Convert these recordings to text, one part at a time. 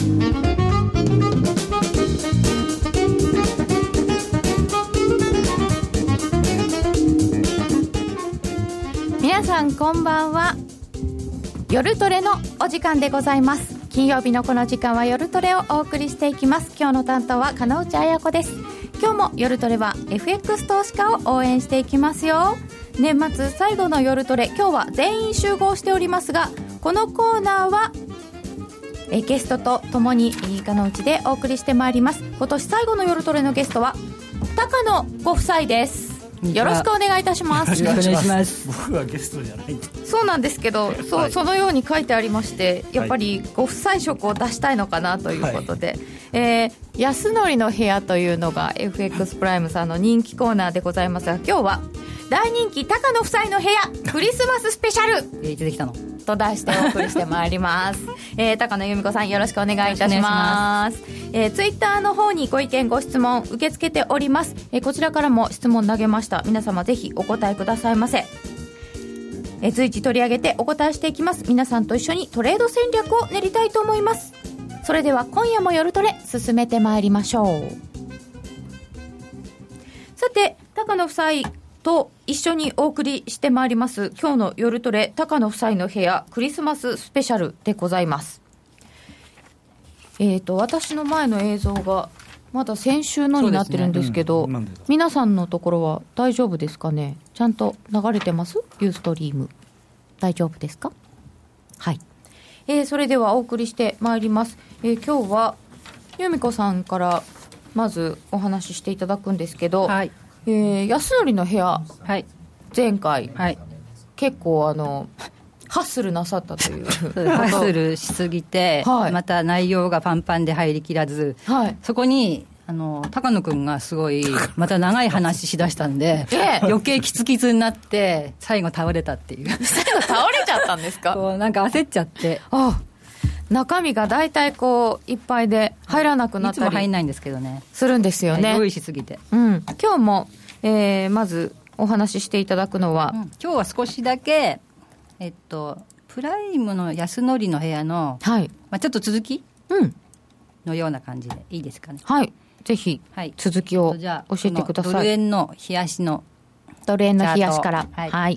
皆さんこんばんは。夜トレのお時間でございます。金曜日のこの時間は夜トレをお送りしていきます。今日の担当は金内彩子です。今日も夜トレは FX 投資家を応援していきますよ。年末最後の夜トレ、今日は全員集合しておりますが、このコーナーはゲストとともに金内でお送りしてまいります。今年最後の夜トレのゲストは高野ご夫妻です。よろしくお願いいたします。 よろしくお願いします。 僕はゲストじゃない。 そうなんですけど、はい、そのように書いてありまして、やっぱりご夫妻色を出したいのかなということで、はい、安則の部屋というのが FX プライムさんの人気コーナーでございますが、今日は大人気高野夫妻の部屋クリスマススペシャル出てきたのと題してお送りしてまいります。高野由美子さん、よろしくお願いいたします。ツイッターの方にご意見ご質問受け付けております。こちらからも質問投げました。皆様ぜひお答えくださいませ。随時取り上げてお答えしていきます。皆さんと一緒にトレード戦略を練りたいと思います。それでは今夜も夜トレ進めてまいりましょう。さて、高野夫妻と一緒にお送りしてまいります今日の夜トレ、高野夫妻の部屋クリスマススペシャルでございます。私の前の映像がまだ先週のになってるんですけど、皆さんのところは大丈夫ですかね。ちゃんと流れてます？ユーストリーム大丈夫ですか？はい、それではお送りしてまいります。今日は由美子さんからまずお話ししていただくんですけど、はい、安則の部屋、はい、前回、はい、結構ハッスルなさったというハッスルしすぎて、はい、また内容がパンパンで入りきらず、はい、そこに高野くんがすごいまた長い話しだしたんで、余計キツキツになって最後倒れたっていう最後倒れちゃったんですか？ こうなんか焦っちゃって、 中身が大体こういっぱいで入らなくなったり、いつも入んないんですけどね、 するんですよね、 用意しすぎて、 今日も、まずお話ししていただくのは、 今日は少しだけプライムの安則の部屋の、はい、ちょっと続き、のような感じでいいですかね。 はい、ぜひ続きを教えてください。 ドル円の冷やしのドル円の冷やしから、はいはい、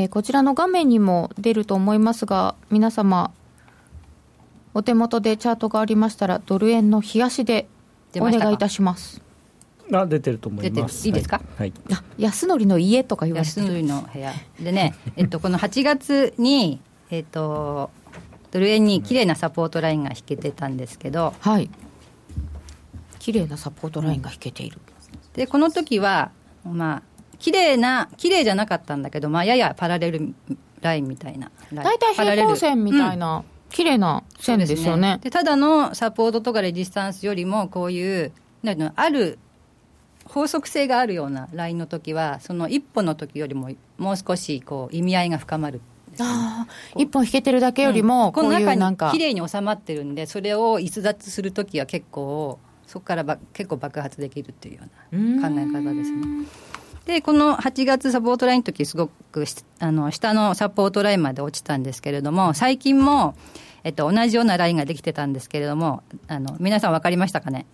こちらの画面にも出ると思いますが、皆様お手元でチャートがありましたらドル円の冷やしでお願いいたします。 出てると思います。 いいですか？ はい、 安則の家とか言われてる。 安則の部屋でねこの8月にドル円に綺麗なサポートラインが引けてたんですけど、 はい、綺麗なサポートラインが引けている、 でこの時は綺麗じゃなかったんだけど、ややパラレルラインみたいな、 だいたい平行線みたいな、綺麗な線ですよね。 でただのサポートとかレジスタンスよりもこういうある法則性があるようなラインの時は、その一歩の時よりももう少しこう意味合いが深まる。 一本引けてるだけよりも、 この中に綺麗に収まってるんで、それを逸脱する時は結構そこから結構爆発できるっていうような考え方ですね。でこの8月サポートラインの時すごく下のサポートラインまで落ちたんですけれども、最近も、同じようなラインができてたんですけれども、皆さん分かりましたかね？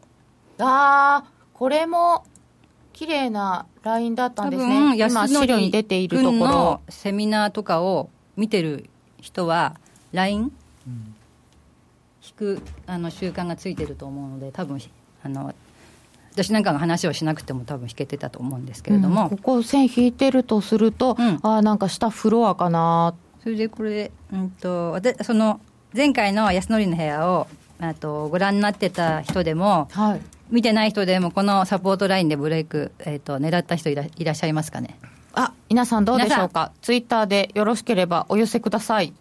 これも綺麗なラインだったんですね。今資料に出ているところのセミナーとかを見てる人はライン、引く習慣がついてると思うので、多分私なんかが話をしなくても多分引けてたと思うんですけれども、 ここ線引いてるとすると、なんか下フロアかな。 それでこれ、その前回の安則の部屋をご覧になってた人でも、はい、見てない人でもこのサポートラインでブレイク、狙った人いらっしゃいますかね？ 皆さんどうでしょうか？ツイッターでよろしければお寄せください。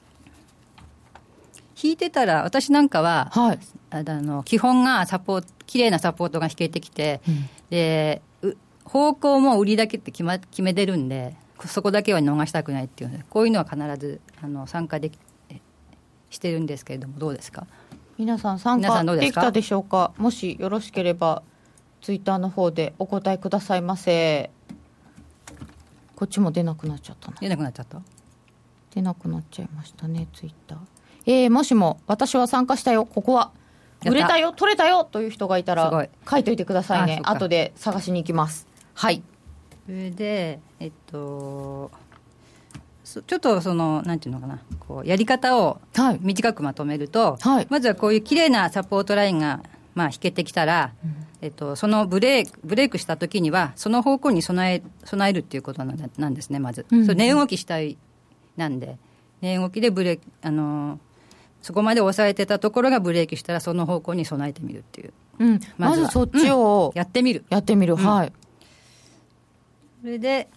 引いてたら、私なんかは、はい、基本が綺麗なサポートが引けてきて、で方向も売りだけって決めてるんで、そこだけは逃したくないっていうので、こういうのは必ず参加してるんですけれども、どうですか？ 皆さん参加できたでしょうか？もしよろしければツイッターの方でお答えくださいませ。こっちも出なくなっちゃったな。 出なくなっちゃった。 出なくなっちゃいましたね、ツイッター。もしも私は参加したよ、ここは売れたよ、取れたよという人がいたら書いといてくださいね。後で探しに行きます。はい。 それでちょっとそのなんていうのかな、こうやり方を短くまとめると、はい、まずはこういう綺麗なサポートラインがまあ引けてきたら、そのブレイクした時にはその方向に備えるっていうことなんですね。まず、それ値動きしたいなんで、値動きでそこまで抑えてたところがブレーキしたらその方向に備えてみるっていう、 まずそっちを、 やってみる、 はい。 それで、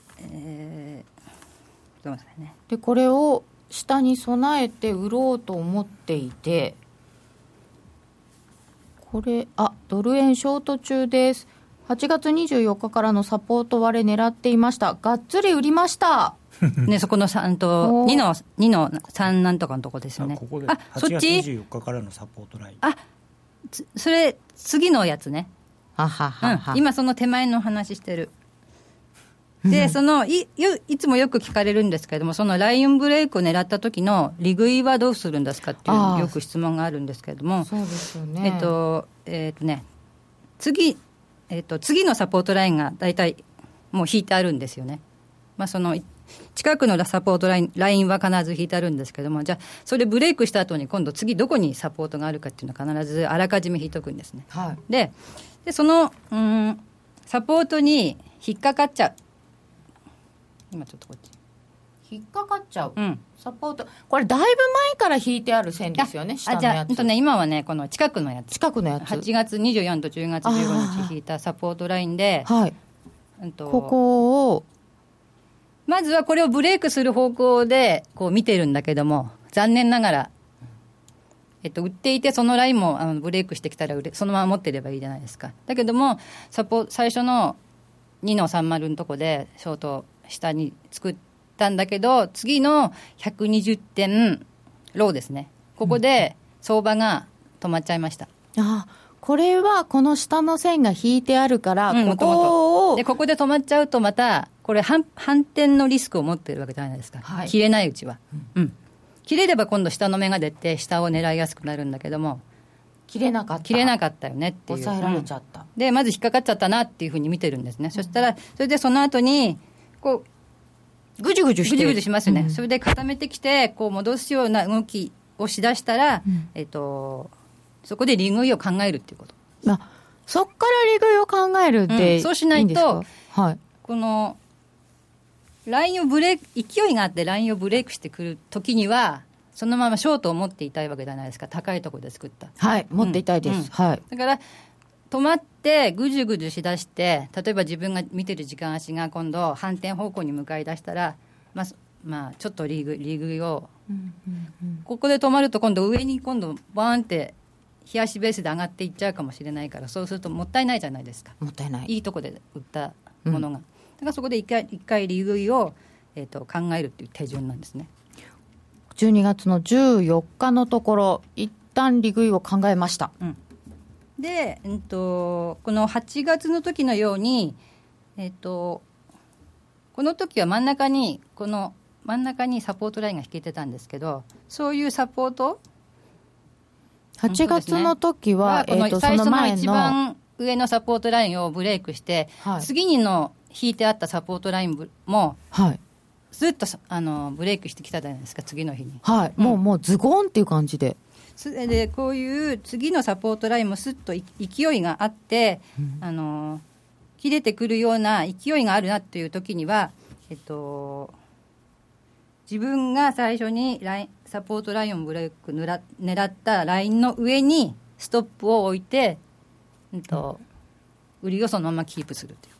どうですかね、 でこれを下に備えて売ろうと思っていて、これドル円ショート中です。8月24日からのサポート割れ狙っていました。がっつり売りましたね、そこの2の3なんとかのとこですよね。 ここで8月24日からのサポートライン。 それ次のやつね。今その手前の話してる。でいつもよく聞かれるんですけれども、そのラインブレイクを狙った時の利食いはどうするんですかっていうよく質問があるんですけれども、 そうですよね。 次のサポートラインがだいたいもう引いてあるんですよね。その近くのサポートラインは必ず引いてあるんですけども、じゃあそれブレイクした後に今度次どこにサポートがあるかっていうのは必ずあらかじめ引いとくんですね。 はい、 でそのサポートに引っかかっちゃう。今ちょっとこっち引っかかっちゃう、サポート、これだいぶ前から引いてある線ですよね、下のやつ。 じゃあ今はね、この近くのやつ8月24と10月15日引いたサポートラインで、 はい、ここをまずはこれをブレイクする方向でこう見てるんだけども、残念ながら、売っていてそのラインもブレイクしてきたらそのまま持ってればいいじゃないですか。だけども最初の2の30のとこでショート下に作ったんだけど、次の120点ローですね、ここで相場が止まっちゃいました。 これはこの下の線が引いてあるから、ここで止まっちゃうとまたこれ反転のリスクを持ってるわけじゃないですか、はい、切れないうちは、切れれば今度下の目が出て下を狙いやすくなるんだけども、 切れなかったよねっていう、 抑えられちゃった、 でまず引っかかっちゃったなっていうふうに見てるんですね。そしたらそれでその後にこうぐじゅぐじゅしますよね、それで固めてきてこう戻すような動きをしだしたら、そこで利食いを考えるっていうこと。 そっから利食いを考えるっていいんですか？ そうしないと、 はい、 このラインを勢いがあってラインをブレイクしてくるときにはそのままショートを持っていたいわけじゃないですか。高いところで作った、 はい、持っていたいです、はい、 だから止まってぐじゅぐじゅしだして、例えば自分が見てる時間足が今度反転方向に向かい出したら、まあちょっと利食いを、ここで止まると今度上にバーンって日足ベースで上がっていっちゃうかもしれないから、そうするともったいないじゃないですか。 もったいない、 いいとこで売ったものが、だからそこで一回利食いを、考えるっていう手順なんですね。 12月の14日のところ一旦利食いを考えました、 で、この8月の時のように、この時は真ん中にサポートラインが引けてたんですけど、そういうサポート 8月の時は、 最初の一番上のサポートラインをブレイクして、次の引いてあったサポートラインも、ずっとブレイクしてきたじゃないですか、次の日に。 もうズゴンっていう感じで。 でこういう次のサポートラインもすっと勢いがあって、切れてくるような勢いがあるなっていう時には、自分が最初にサポートラインをブレイク狙ったラインの上にストップを置いて、売りをそのままキープするという。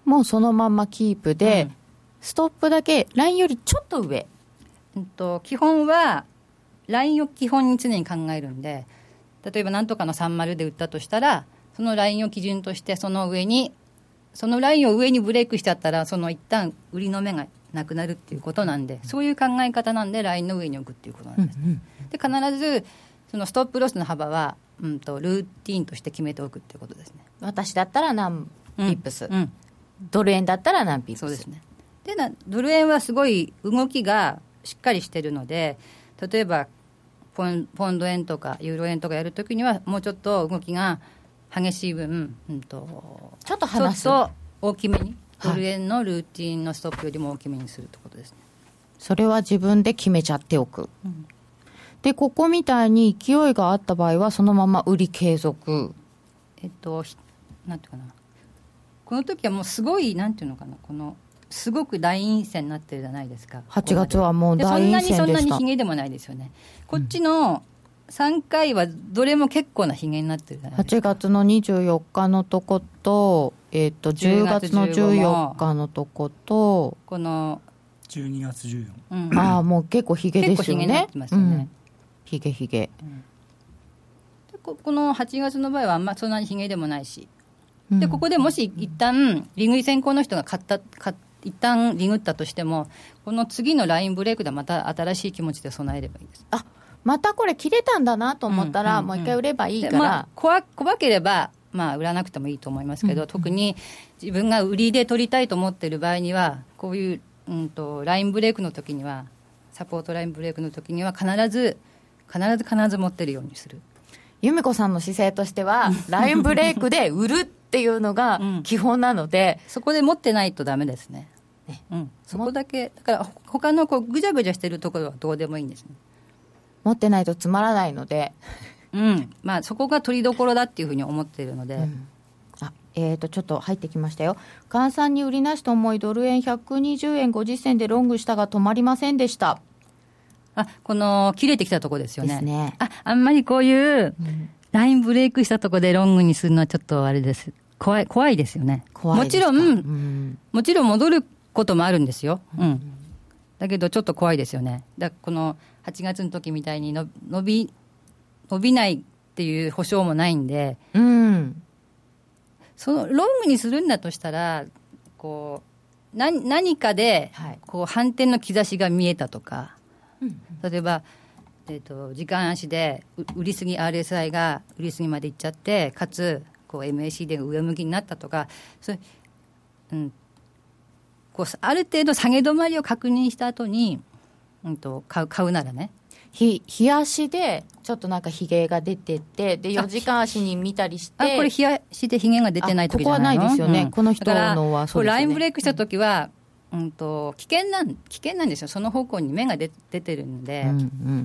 もうそのままキープで、ストップだけラインよりちょっと上、 基本はラインを基本に常に考えるんで、例えば何とかの30で売ったとしたら、そのラインを基準としてそのラインを上にブレイクしちゃったら、その一旦売りの目がなくなるっていうことなんで、そういう考え方なんでラインの上に置くっていうことなんです、で必ずそのストップロスの幅は、ルーティンとして決めておくっていうことですね。 私だったら何ピップス、ドル円だったら何ピップス。 そうですね。でドル円はすごい動きがしっかりしてるので、例えばポンド円とかユーロ円とかやるときにはもうちょっと動きが激しい分、ちょっと離す、ちょっと大きめに、ドル円のルーティンのストップよりも大きめにするってことですね。 それは自分で決めちゃっておく、でここみたいに勢いがあった場合はそのまま売り継続。 なんていうかな、この時はもうすごいなんていうのかな、このすごく大陰線になってるじゃないですか。 8月はもう大陰線でした。 そんなにひげでもないですよね。こっちの3回はどれも結構なひげになってるじゃないですか。 8月の24日のとこと、10月の14日のとこと、 この 12月14、 ああもう結構ひげですよね。 結構ひげになってますよね、 ひげひげ、 この8月の場合はあんまそんなにひげでもないし、でここでもし一旦利食い先行の人が一旦利食ったとしても、この次のラインブレイクでまた新しい気持ちで備えればいいです。 あ、またこれ切れたんだなと思ったら、もう一回売ればいいから、 怖ければ売らなくてもいいと思いますけど、特に自分が売りで取りたいと思っている場合には、こういう、ラインブレイクの時には、サポートラインブレイクの時には必ず持ってるようにする。 由美子さんの姿勢としてはラインブレイクで売るっていうのが基本なので、 そこで持ってないとダメですね。そこだけだから他のぐちゃぐちゃしてるところはどうでもいいんですね。 持ってないとつまらないので、 そこが取りどころだっていうふうに思っているので、 ちょっと入ってきましたよ。換算に売りなしと思いドル円120円50銭でロングしたが止まりませんでした。 この切れてきたところですよね。 ですね。 あんまりこういうラインブレイクしたところでロングにするのはちょっとあれです。怖いですよね。もちろん戻ることもあるんですよ。だけどちょっと怖いですよね。この8月の時みたいに伸びないっていう保証もないんで、そのロングにするんだとしたら、何かで反転の兆しが見えたとか、例えば、時間足で売りすぎ RSI が売りすぎまでいっちゃって、かつMACD で上向きになったとか、ある程度下げ止まりを確認した後に、買うならね、 日足でちょっとなんかひげが出てて、で4時間足に見たりして、 これ日足でひげが出てない時じゃないの？ ここはないですよね、この人のはそうですよね。 ラインブレイクした時は、危険なんですよ。その方向に目が出てるんで、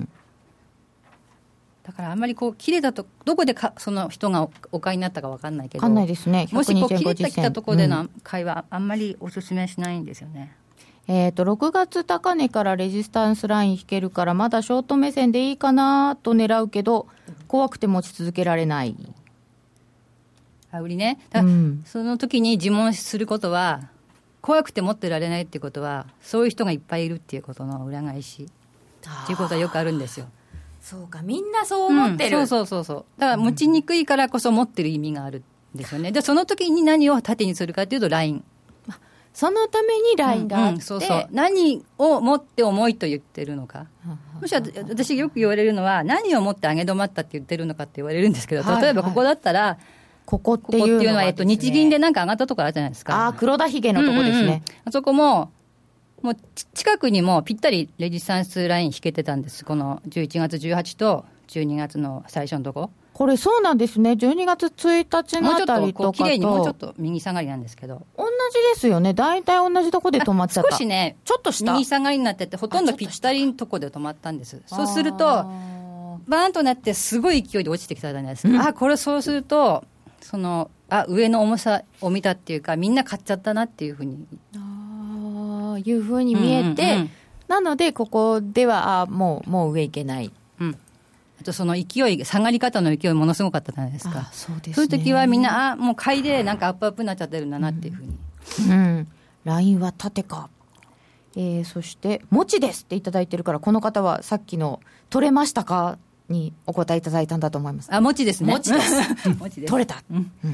だからあんまり切れたとどこでその人がお買いになったか分かんないけど、 分かんないですね。 もし切れてきたところでの買いはあんまりおすすめしないんですよね。 6月高値からレジスタンスライン引けるからまだショート目線でいいかなと狙うけど、怖くて持ち続けられない。 売りね。その時に自問することは、怖くて持ってられないっていうことは、そういう人がいっぱいいるっていうことの裏返しっていうことはよくあるんですよ。 そうか、みんなそう思ってる。 そうだから持ちにくいからこそ持ってる意味があるんですよね。でその時に何を縦にするかというとライン、 そのためにラインがあって、 何を持って重いと言ってるのか、もし私よく言われるのは、何を持って上げ止まったって言ってるのかって言われるんですけど、例えばここだったら、 ここっていうのはですね、 日銀でなんか上がったところあるじゃないですか。 黒田ひげのとこですね。 あそこもう近くにもぴったりレジスタンスライン引けてたんです。この11月18と12月の最初のとこ。 これそうなんですね。12月1日のあたりとかと綺麗にもうちょっと右下がりなんですけど、 同じですよね。大体同じとこで止まっちゃった。 少しね、 ちょっと下右下がりになってて、ほとんどぴったりのとこで止まったんです。そうするとバーンとなってすごい勢いで落ちてきたじゃないですか。これそうすると上の重さを見たっていうか、みんな買っちゃったなっていうふうにいうふうに見えて、なのでここではもう上いけない。 あとその勢い、下がり方の勢いものすごかったじゃないですか。 そうですね。 そういう時はみんなもう買いでなんかアップになっちゃってるんだなっていうふうに。 ラインは縦か。そして持ちですっていただいてるから、この方はさっきの取れましたかにお答えいただいたんだと思います。 持ちですね。 持ちです取れた。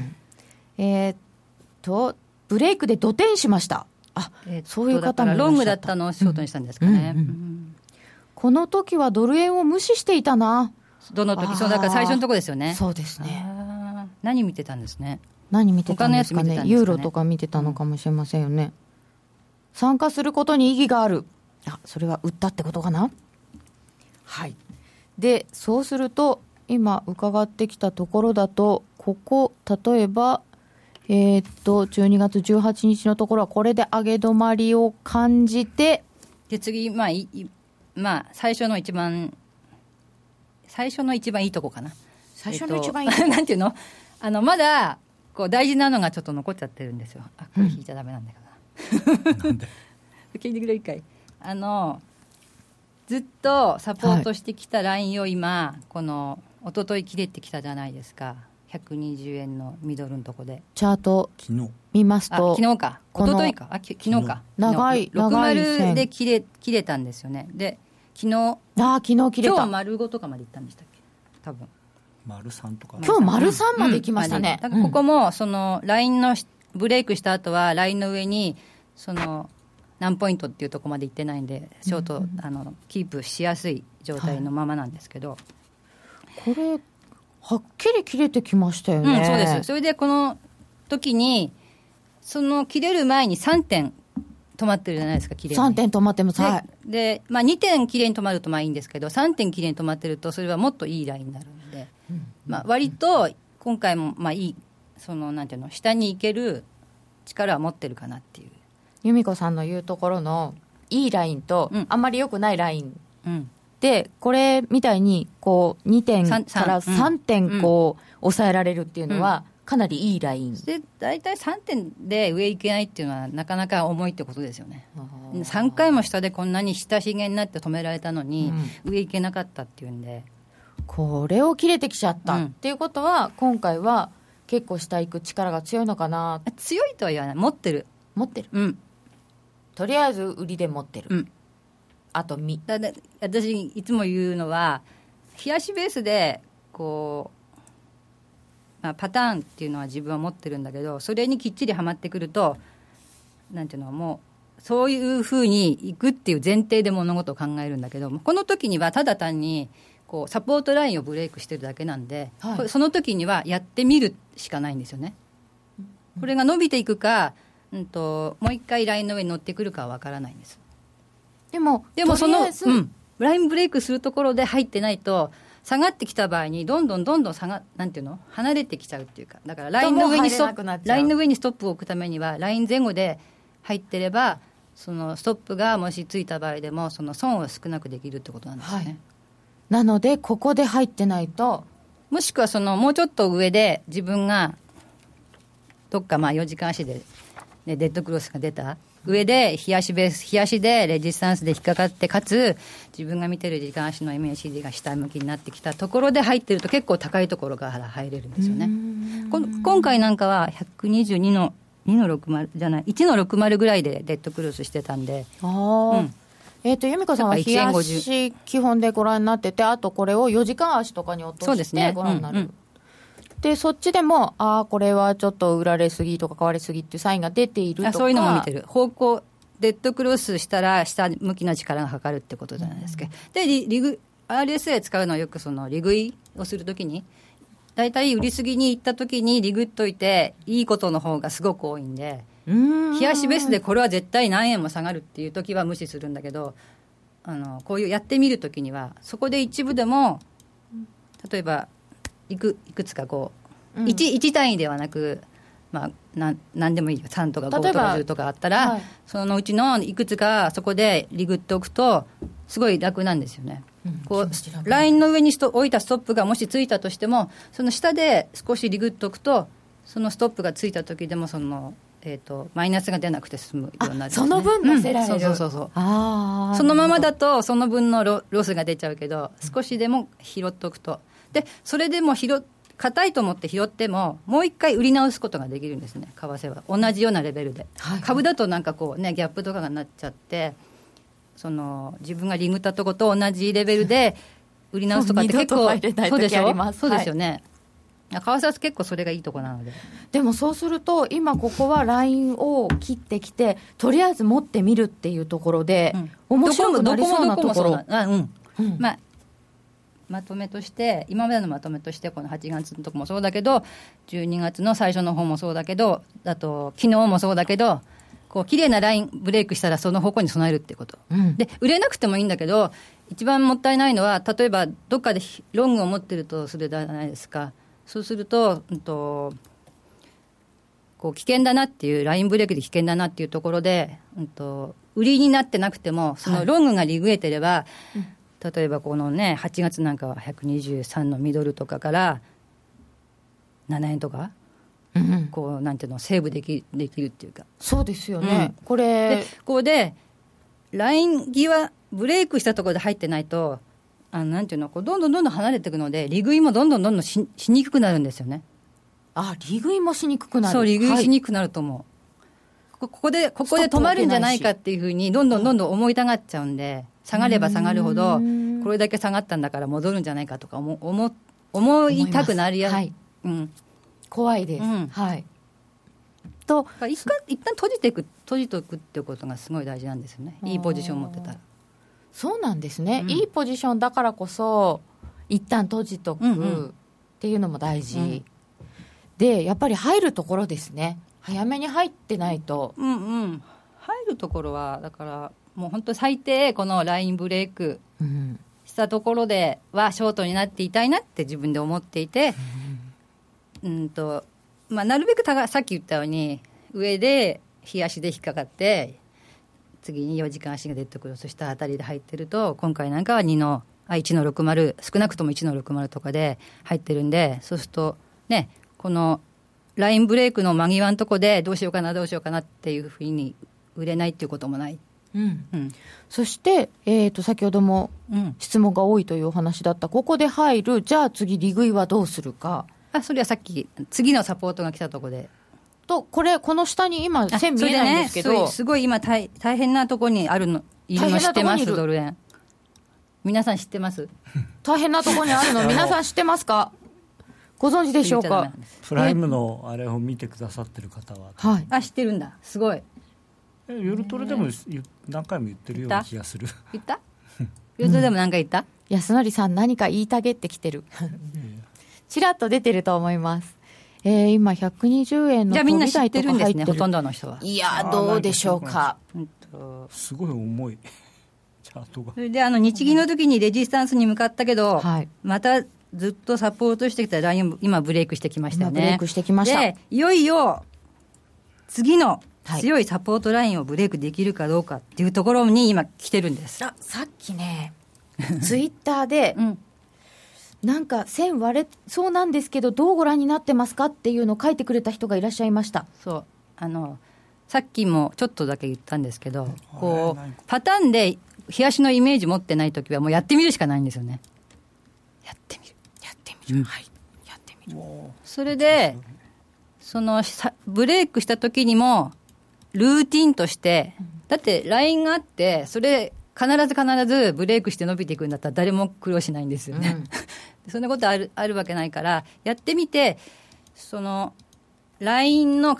ブレイクで土転しました。そういう方もいらっしゃった。 ロングだったのをショートにしたんですかね。 この時はドル円を無視していたな。 どの時？だから最初のとこですよね。 そうですね。 何見てたんですね。 何見てたんですかね。ユーロとか見てたのかもしれませんよね。参加することに意義がある。 それは売ったってことかな。はい。でそうすると今伺ってきたところだと、ここ例えば12月18日のところはこれで上げ止まりを感じて、 で次、最初の一番いいとこかな。 最初の一番いいとこ、 なんていうの、まだこう大事なのがちょっと残っちゃってるんですよ。これ引いちゃダメなんだけどな。なんで聞いてくれ一回。ずっとサポートしてきたラインを今、この一昨日切れてきたじゃないですか。120円のミドルのとこでチャート見ますと、 昨日か一昨日か昨日か長い 60で切れたんですよね。で昨日切れた。今日丸5とかまでいったんでしたっけ。多分丸3とか、 今日丸3まで行きましたね。 だからここもそのラインのブレイクした後はラインの上にその何ポイントっていうところまで行ってないんで、ショートキープしやすい状態のままなんですけど、 これはっきり切れてきましたよね。 そうです。それでこの時にその切れる前に3点止まってるじゃないですか。切れ 3点止まってます。 で、2点きれいに止まるといいんですけど、3点きれいに止まってるとそれはもっといいラインになるので、割と今回もいい、そのなんていうの、下に行ける力は持ってるかなっていう。 由美子さんの言うところのいいラインと、あんまり良くないライン、でこれみたいにこう2点から3点こう抑えられるっていうのはかなりいいラインで、大体3点で上行けないっていうのはなかなか重いってことですよね。3回も下でこんなに下ひげになって止められたのに、上行けなかったっていうんで、 これを切れてきちゃったっていうことは、今回は結構下行く力が強いのかな。 強いとは言わない。持ってる、 とりあえず売りで持ってる、あと私いつも言うのは、冷やしベースでこう、パターンっていうのは自分は持ってるんだけど、それにきっちりはまってくると、なんていうの、もうそういうふうにいくっていう前提で物事を考えるんだけど、この時にはただ単にこうサポートラインをブレイクしてるだけなんで、その時にはやってみるしかないんですよね。これが伸びていくか、もう一回ラインの上に乗ってくるかは分からないんです。でもその、ラインブレイクするところで入ってないと、下がってきた場合にどんどんなんていうの、離れてきちゃうっていうか、だからラインの上にストップを置くためにはライン前後で入ってれば、そのストップがもしついた場合でもその損を少なくできるってことなんですよね。 なのでここで入ってないと、 もしくはそのもうちょっと上で自分がどっか4時間足で、デッドクロスが出た上で冷やしでレジスタンスで引っかかって、かつ自分が見てる時間足の MACD が下向きになってきたところで入ってると、結構高いところから入れるんですよね。今回なんかは122の2の60じゃない1の60ぐらいでデッドクロスしてたんで、 由美子さんは冷やし基本でご覧になってて、あとこれを4時間足とかに落としてご覧になる。でそっちでもこれはちょっと売られすぎとか買われすぎっていうサインが出ているとか、 そういうのも見てる。方向デッドクロスしたら下向きな力がかかるってことじゃないですか。でRSA 使うのはよくその利食いをするときに、だいたい売りすぎに行ったときに利食っといていいことの方がすごく多いんで、冷やしベースでこれは絶対何円も下がるっていうときは無視するんだけど、こういうやってみるときにはそこで一部でも、例えばいくつかこう、1単位ではなく、何でもいいよ、3とか5とか10とかあったら、そのうちのいくつかそこでリグっておくとすごい楽なんですよね。こうラインの上に置いたストップがもしついたとしても、その下で少しリグっておくと、そのストップがついた時でもその、マイナスが出なくて済むようになるんですね。 その分乗せられる、 そうそのままだとその分のロスが出ちゃうけど、少しでも拾っておくと、でそれでも硬いと思って拾ってももう一回売り直すことができるんですね。為替は同じようなレベルで、株だとなんかこうね、ギャップとかがなっちゃって、その自分がリグったとこと同じレベルで売り直すとかって結構そうでしょ、そうですよね。為替は結構それがいいところなので。 でもそうすると今ここはラインを切ってきて、とりあえず持ってみるっていうところで、面白くなりそうなところ、まとめとして、今までのまとめとして、この8月のとこもそうだけど、12月の最初の方もそうだけど、あと昨日もそうだけど、 こう綺麗なラインブレイクしたらその方向に備えるっていうこと、で売れなくてもいいんだけど、一番もったいないのは、例えばどっかでロングを持ってるとするじゃないですか。そうすると、こう危険だなっていう、ラインブレイクで危険だなっていうところで、売りになってなくても、そのロングがリグエてれば、例えばこのね、8月なんかは123のミドルとかから7円とか、こうなんていうの、セーブできるっていうか。 そうですよね、これでここでライン際ブレイクしたところで入ってないと、なんていうの、こうどんどん離れていくので、利食いもどんどん しにくくなるんですよね。 利食いもしにくくなる。 そう、利食いしにくくなると思う、ここで止まるんじゃないかっていうふうにどんどん思いたがっちゃうんで、下がれば下がるほどこれだけ下がったんだから戻るんじゃないかとか思いたくなりやすい、 怖いです、 と一旦閉じておくっていうことがすごい大事なんですよね。いいポジションを持ってたら。 そうなんですね、いいポジションだからこそ一旦閉じとくっていうのも大事、でやっぱり入るところですね。早めに入ってないと、 入るところはだからもう本当最低このラインブレイクしたところではショートになっていたいなって自分で思っていて、なるべくさっき言ったように上で日足で引っかかって次に4時間足が出てくる、そしたら当たりで入ってると、今回なんかは1の60、少なくとも1の60とかで入ってるんで、そうするとね、このラインブレイクの間際のとこでどうしようかなっていうふうに売れないっていうこともない、 そして、先ほども質問が多いというお話だった、ここで入る、じゃあ次利食いはどうするか。 それはさっき次のサポートが来たところでと、この下に今線見えないんですけど、 すごい今大変なところにいるの知ってます？ドル円皆さん知ってます？ 大変なところにあるの皆さん知ってますか？ご存知でしょうか？ プライムのあれを見てくださってる方は、 知ってるんだ。すごい。 夜トレでも何回も言ってるような気がする。 言った？夜トレでも何回言った？ 安則さん何か言いたげってきてるちらっと出てると思います。今120円のじゃあみんな知ってるんですね、ほとんどの人は。 いやどうでしょうか。 すごい重いチャートが。 それで日銀の時にレジスタンスに向かったけど、またずっとサポートしてきたライン今ブレイクしてきましたよね。 ブレイクしてきました。 でいよいよ次の強いサポートラインをブレイクできるかどうかっていうところに今来てるんです。 さっきねツイッターで、なんか線割れそうなんですけどどうご覧になってますかっていうのを書いてくれた人がいらっしゃいました。 そうさっきもちょっとだけ言ったんですけど、こうパターンで日足のイメージ持ってないときはもうやってみるしかないんですよね。やってみる、やってみる。それでブレイクしたときにもルーティンとして、だってラインがあってそれ必ずブレイクして伸びていくんだったら誰も苦労しないんですよね、そんなことあるわけないから、やってみてラインの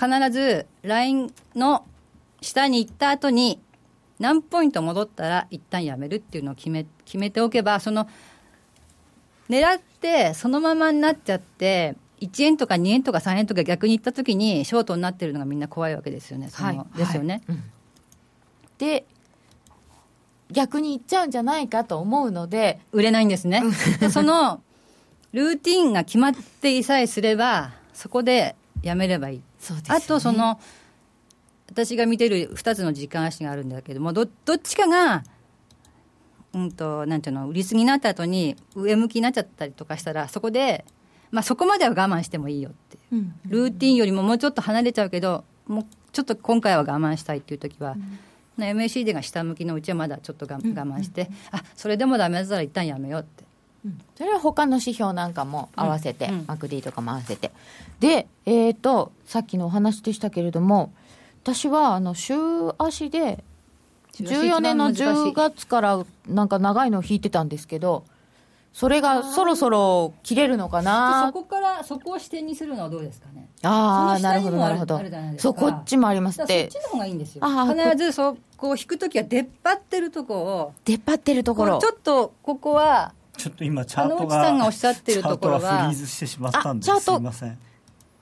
下に行った後に何ポイント戻ったら一旦やめるっていうのを決めておけば、狙ってそのままになっちゃって1円とか2円とか3円とか逆に行った時にショートになってるのがみんな怖いわけですよね。ですよね、 で逆に行っちゃうんじゃないかと思うので売れないんですねでそのルーティンが決まってさえすればそこでやめればいい。 そうですね、 あと私が見てる2つの時間足があるんだけども、どっちかがなんていうの、売りすぎになった後に上向きになっちゃったりとかしたら、そこでそこまでは我慢してもいいよって、ルーティンよりももうちょっと離れちゃうけどもうちょっと今回は我慢したいっていう時は、MACD が下向きのうちはまだちょっと我慢して、それでもダメだったら一旦やめようって、 それは他の指標なんかも合わせて、マクディとかも合わせて、でさっきのお話でしたけれども、私は週足で14年の10月からなんか長いのを引いてたんですけど、それがそろそろ切れるのかな。 そこを視点にするのはどうですかね。 なるほどなるほど。そう、こっちもありますって。 そっちの方がいいんですよ。必ずそこを引くときは出っ張ってるところを、 ちょっとここはちょっと今チャートが内さんがおっしゃってるところはフリーズしてしまったんですいません。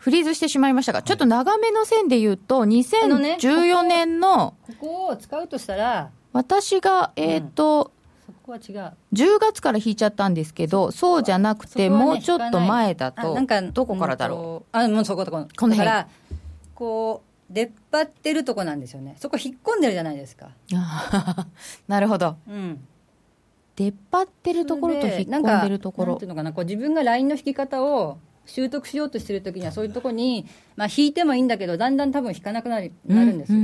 フリーズしてしまいましたが、ちょっと長めの線で言うと、2014年の、 ここを使うとしたら、 私が、 そこは違う。 10月から引いちゃったんですけど、そうじゃなくて、もうちょっと前だと、どこからだろう。 もうそこ、この辺。だから、こう、出っ張ってるとこなんですよね。そこ引っ込んでるじゃないですか。 なるほど。 うん。 出っ張ってるところと引っ込んでるところ。 なんていうのかな、こう自分がラインの引き方を習得しようとしてるときには、そういうところに、まあ、引いてもいいんだけど、だんだん多分引かなくなるんですよ。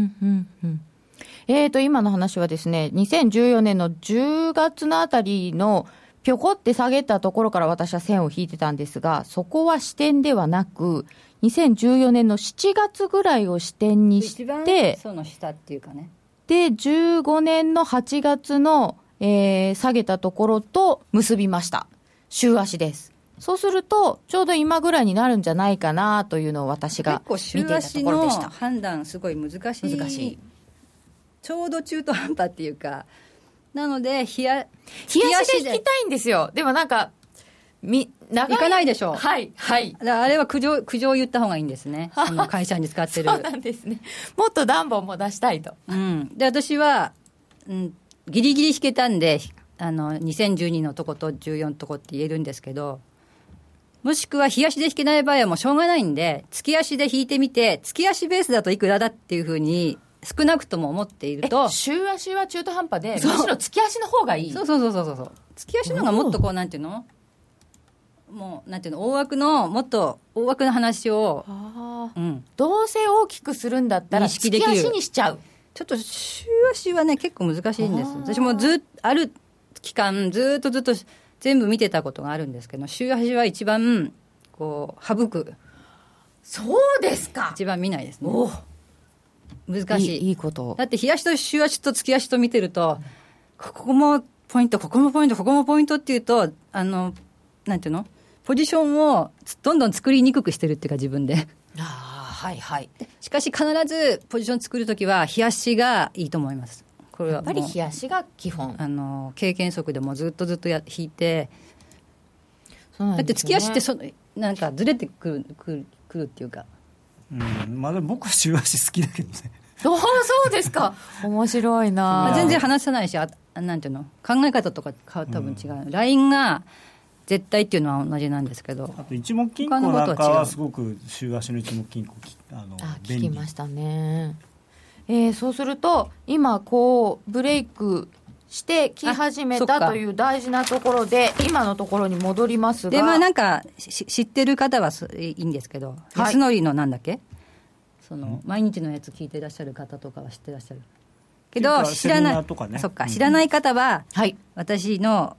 今の話はですね、2014年の10月のあたりのぴょこって下げたところから私は線を引いてたんですが、そこは支点ではなく、2014年の7月ぐらいを支点にして、 一番その下っていうかね。 で、15年の8月の、下げたところと結びました。週足です。そうすると、ちょうど今ぐらいになるんじゃないかなというのを私が見ていたところでした。 結構週足の判断すごい難しい。ちょうど中途半端っていうか、なので、冷やしで引きたいんですよ。でもなんか、 行かないでしょう。 はい。 だからあれは苦情を言った方がいいんですね。その会社に使ってる。 そうなんですね。もっと暖房も出したいと。 で、私は、ギリギリ引けたんで、2012のとこと14のとこって言えるんですけど、もしくは日足で引けない場合はもうしょうがないんで、月足で引いてみて、月足ベースだといくらだっていうふうに、少なくとも思っていると、 週足は中途半端で、むしろ月足の方がいい。 そう。月足の方がもっとこう、なんていうの、もうなんていうの、大枠の話を、 どうせ大きくするんだったら月足にしちゃう。 ちょっと週足はね結構難しいんです。私もある期間ずっと全部見てたことがあるんですけど、週足は一番こう省く。 そうですか。 一番見ないですね。難しい。 いいこと。 だって日足と週足と月足と見てると、ここもポイント、ここもポイント、ここもポイントっていうと、なんていうの、ポジションをどんどん作りにくくしてるっていうか自分で。しかし必ずポジション作るときは日足がいいと思います。これはやっぱり日足が基本。 経験則でもずっと引いて、 そうなんですね、 だって月足ってなんかずれてくるっていうか。 まあでも僕は週足好きだけどね。 そうですか。面白いな。 全然話さないし、なんていうの、考え方とか多分違う。ラインが絶対っていうのは同じなんですけど、 あと一目金庫なんかはすごく週足の一目金庫聞きましたね。そうすると今こうブレイクしてき始めたという大事なところで、今のところに戻りますが、 でまあなんか知ってる方はいいんですけど、安則のなんだっけ、毎日のやつ聞いてらっしゃる方とかは知ってらっしゃるけど、知らない、知らない方は、私の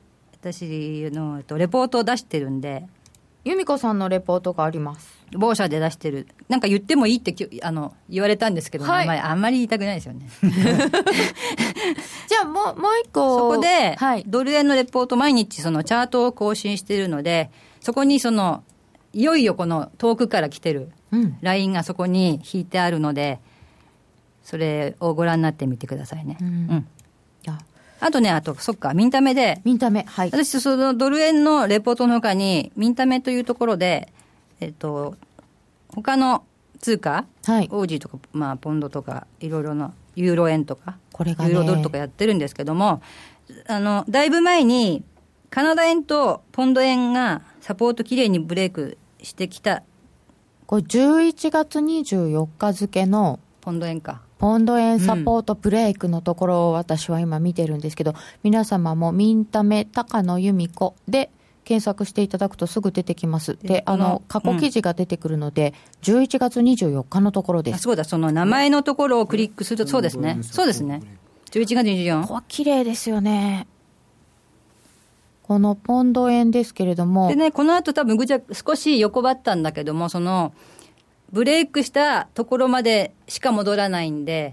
レポートを出してるんで。 由美子さんのレポートがあります。 某社で出してる。なんか言ってもいいって言われたんですけど、あんまり言いたくないですよね。 じゃあもう一個。 そこで、ドル円のレポート毎日チャートを更新しているので、そこにいよいよこの遠くから来てるラインがそこに引いてあるので、それをご覧になってみてくださいね。あとね、そっか、ミンタメで。私、そのドル円のレポートの他に、ミンタメというところで、他の通貨、オージーとか、まあ、ポンドとか、いろいろな、ユーロ円とか、ユーロドルとかやってるんですけども、だいぶ前に、カナダ円とポンド円がサポートきれいにブレイクしてきた。 これ、11月24日付の、 ポンド円か。 ポンド円サポートブレイクのところを私は今見てるんですけど、皆様もミンタメ高野由美子で検索していただくとすぐ出てきます。で、過去記事が出てくるので、11月24日のところです。 そうだ、その名前のところをクリックすると、そうですね。そうですね。11月24。 ここ綺麗ですよね。このポンド円ですけれども。 でね、この後多分少し横ばったんだけども、ブレイクしたところまでしか戻らないんで、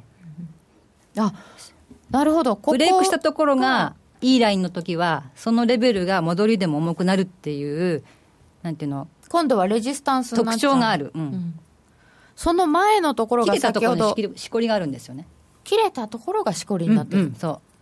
なるほど。 ブレイクしたところがいいラインの時は、そのレベルが戻りでも重くなるっていう、なんていうの、 今度はレジスタンスになっちゃう特徴がある。 その前のところが先ほど切れたところにしこりがあるんですよね。 切れたところがしこりになってる。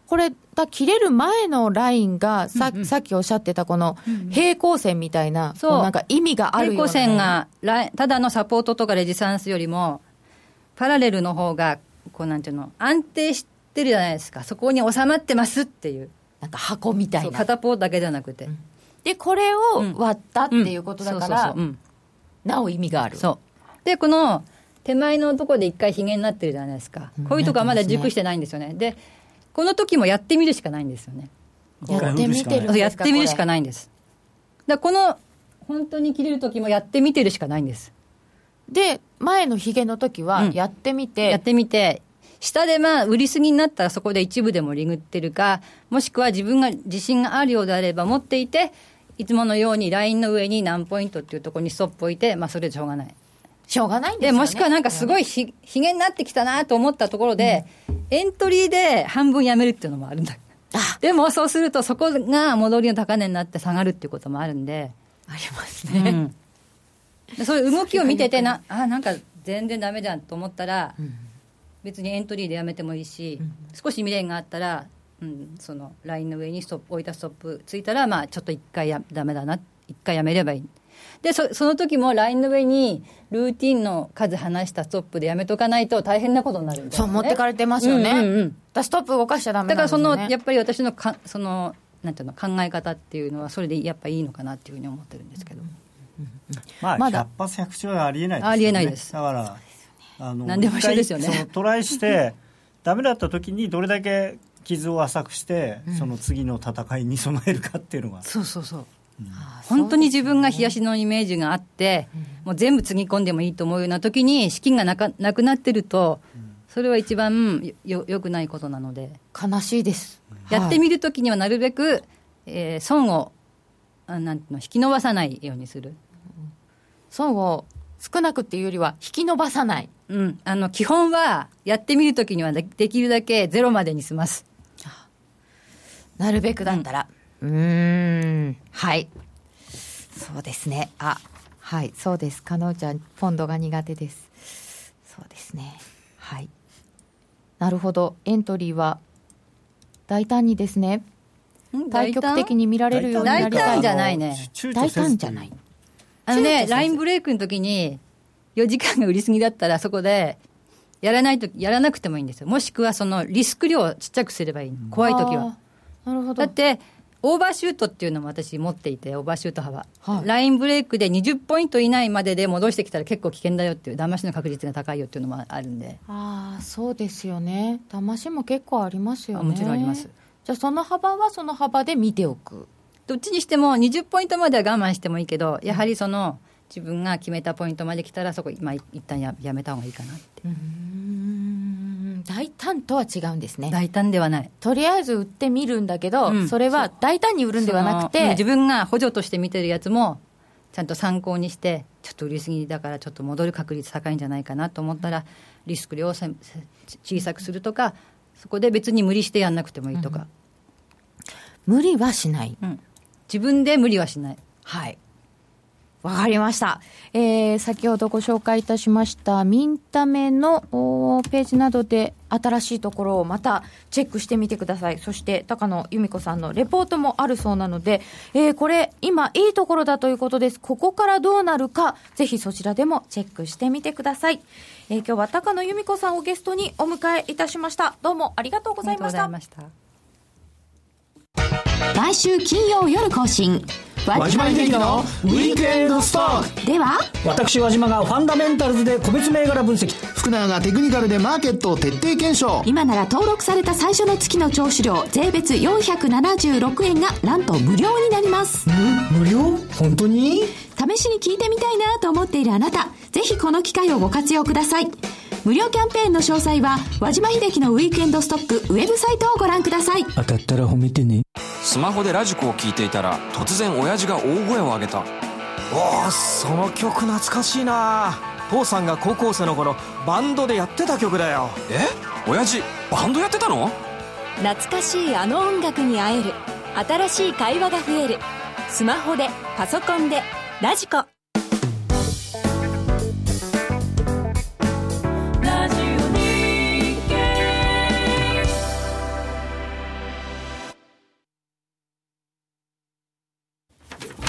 これ切れる前のラインがさっきおっしゃってたこの平行線みたいな、こうなんか意味があるような、 平行線がただのサポートとかレジスタンスよりもパラレルの方がこうなんていうの安定してるじゃないですか。そこに収まってますっていう、 なんか箱みたいな、 片方だけじゃなくて、 でこれを割ったっていうことだからなお意味がある。 そうで、この手前のところで一回ひげになってるじゃないですか、こういうところはまだ熟してないんですよね。でこの時もやってみるしかないんですよね。 やってみてるんですか。 やってみるしかないんです。だからこの本当に切れる時もやってみてるしかないんです。 で前のヒゲの時はやってみて、 やってみて、下で売りすぎになったらそこで一部でもリグってるか、もしくは自分が自信があるようであれば持っていて、いつものようにラインの上に何ポイントっていうところにストップを置いて、それでしょうがない。 しょうがないんですよね。 でもしくはなんかすごいひげになってきたなと思ったところで、エントリーで半分やめるっていうのもあるんだ。でもそうするとそこが戻りの高値になって下がるっていうこともあるんで、 ありますね、 そういう動きを見ててなんか全然ダメじゃんと思ったら、別にエントリーでやめてもいいし、少し未練があったら、そのラインの上に置いたストップついたら、ちょっと一回ダメだな、一回やめればいい。でその時もラインの上にルーティンの数離したストップでやめとかないと大変なことになるんだよね。 そう持ってかれてますよね、ストップ動かしちゃダメなんですよね。 だからやっぱり私のそのなんていうの考え方っていうのはそれでやっぱりいいのかなっていうふうに思ってるんですけど、 まだ100発100中はありえないですよね。 ありえないです。 だから何でも一緒ですよね。 そのトライしてダメだった時にどれだけ傷を浅くして、その次の戦いに備えるかっていうのが、 そう本当に自分が冷やしのイメージがあって、もう全部つぎ込んでもいいと思うような時に資金がなくなってると、それは一番よくないことなので、 悲しいです。 やってみる時にはなるべく、損をなんていうの引き伸ばさないようにする。 損を少なくっていうよりは引き伸ばさない、 基本はやってみる時にはできるだけゼロまでにします。 なるべくだったら、はい、そうですね。はい、そうです。加納ちゃんポンドが苦手です。そうですね。はい。なるほど。エントリーは大胆にですね。対極的に見られるようになりたい。 大胆じゃないね。 大胆じゃない。 ラインブレイクの時に4時間が売りすぎだったらそこでやらなくてもいいんですよ。もしくはそのリスク量をちっちゃくすればいい。怖い時は。 なるほど。 だってオーバーシュートっていうのも私持っていて、オーバーシュート派は、ラインブレイクで20ポイント以内までで戻してきたら結構危険だよっていう、騙しの確率が高いよっていうのもあるんで。 そうですよね。騙しも結構ありますよね。 もちろんあります。 じゃあその幅はその幅で見ておく。 どっちにしても20ポイントまでは我慢してもいいけど、やはりその自分が決めたポイントまで来たらそこ一旦やめた方がいいかなって。 大胆とは違うんですね。 大胆ではない。 とりあえず売ってみるんだけど、それは大胆に売るんではなくて、 自分が補助として見てるやつもちゃんと参考にして、ちょっと売りすぎだからちょっと戻る確率高いんじゃないかなと思ったら、リスク量を小さくするとか、そこで別に無理してやんなくてもいいとか、 無理はしない、 自分で無理はしない。 はい、わかりました。先ほどご紹介いたしましたミンタメのページなどで新しいところをまたチェックしてみてください。そして高野由美子さんのレポートもあるそうなので、これ今いいところだということです。ここからどうなるかぜひそちらでもチェックしてみてください。今日は高野由美子さんをゲストにお迎えいたしました。どうもありがとうございました。 毎週金曜夜更新、 和島秀樹のウィークエンドストックでは、 私和島がファンダメンタルズで個別銘柄分析、 福永がテクニカルでマーケットを徹底検証。 今なら登録された最初の月の聴取料税別476円がなんと無料になります。 無料？本当に？ 試しに聞いてみたいなと思っているあなた、ぜひこの機会をご活用ください。無料キャンペーンの詳細は和島秀樹のウィークエンドストックウェブサイトをご覧ください。 当たったら褒めてね。 スマホでラジコを聞いていたら突然親父が大声を上げた。 おお、その曲懐かしいな。父さんが高校生の頃バンドでやってた曲だよ。 親父バンドやってたの？ 懐かしいあの音楽に会える。新しい会話が増える。スマホでパソコンでラジコ。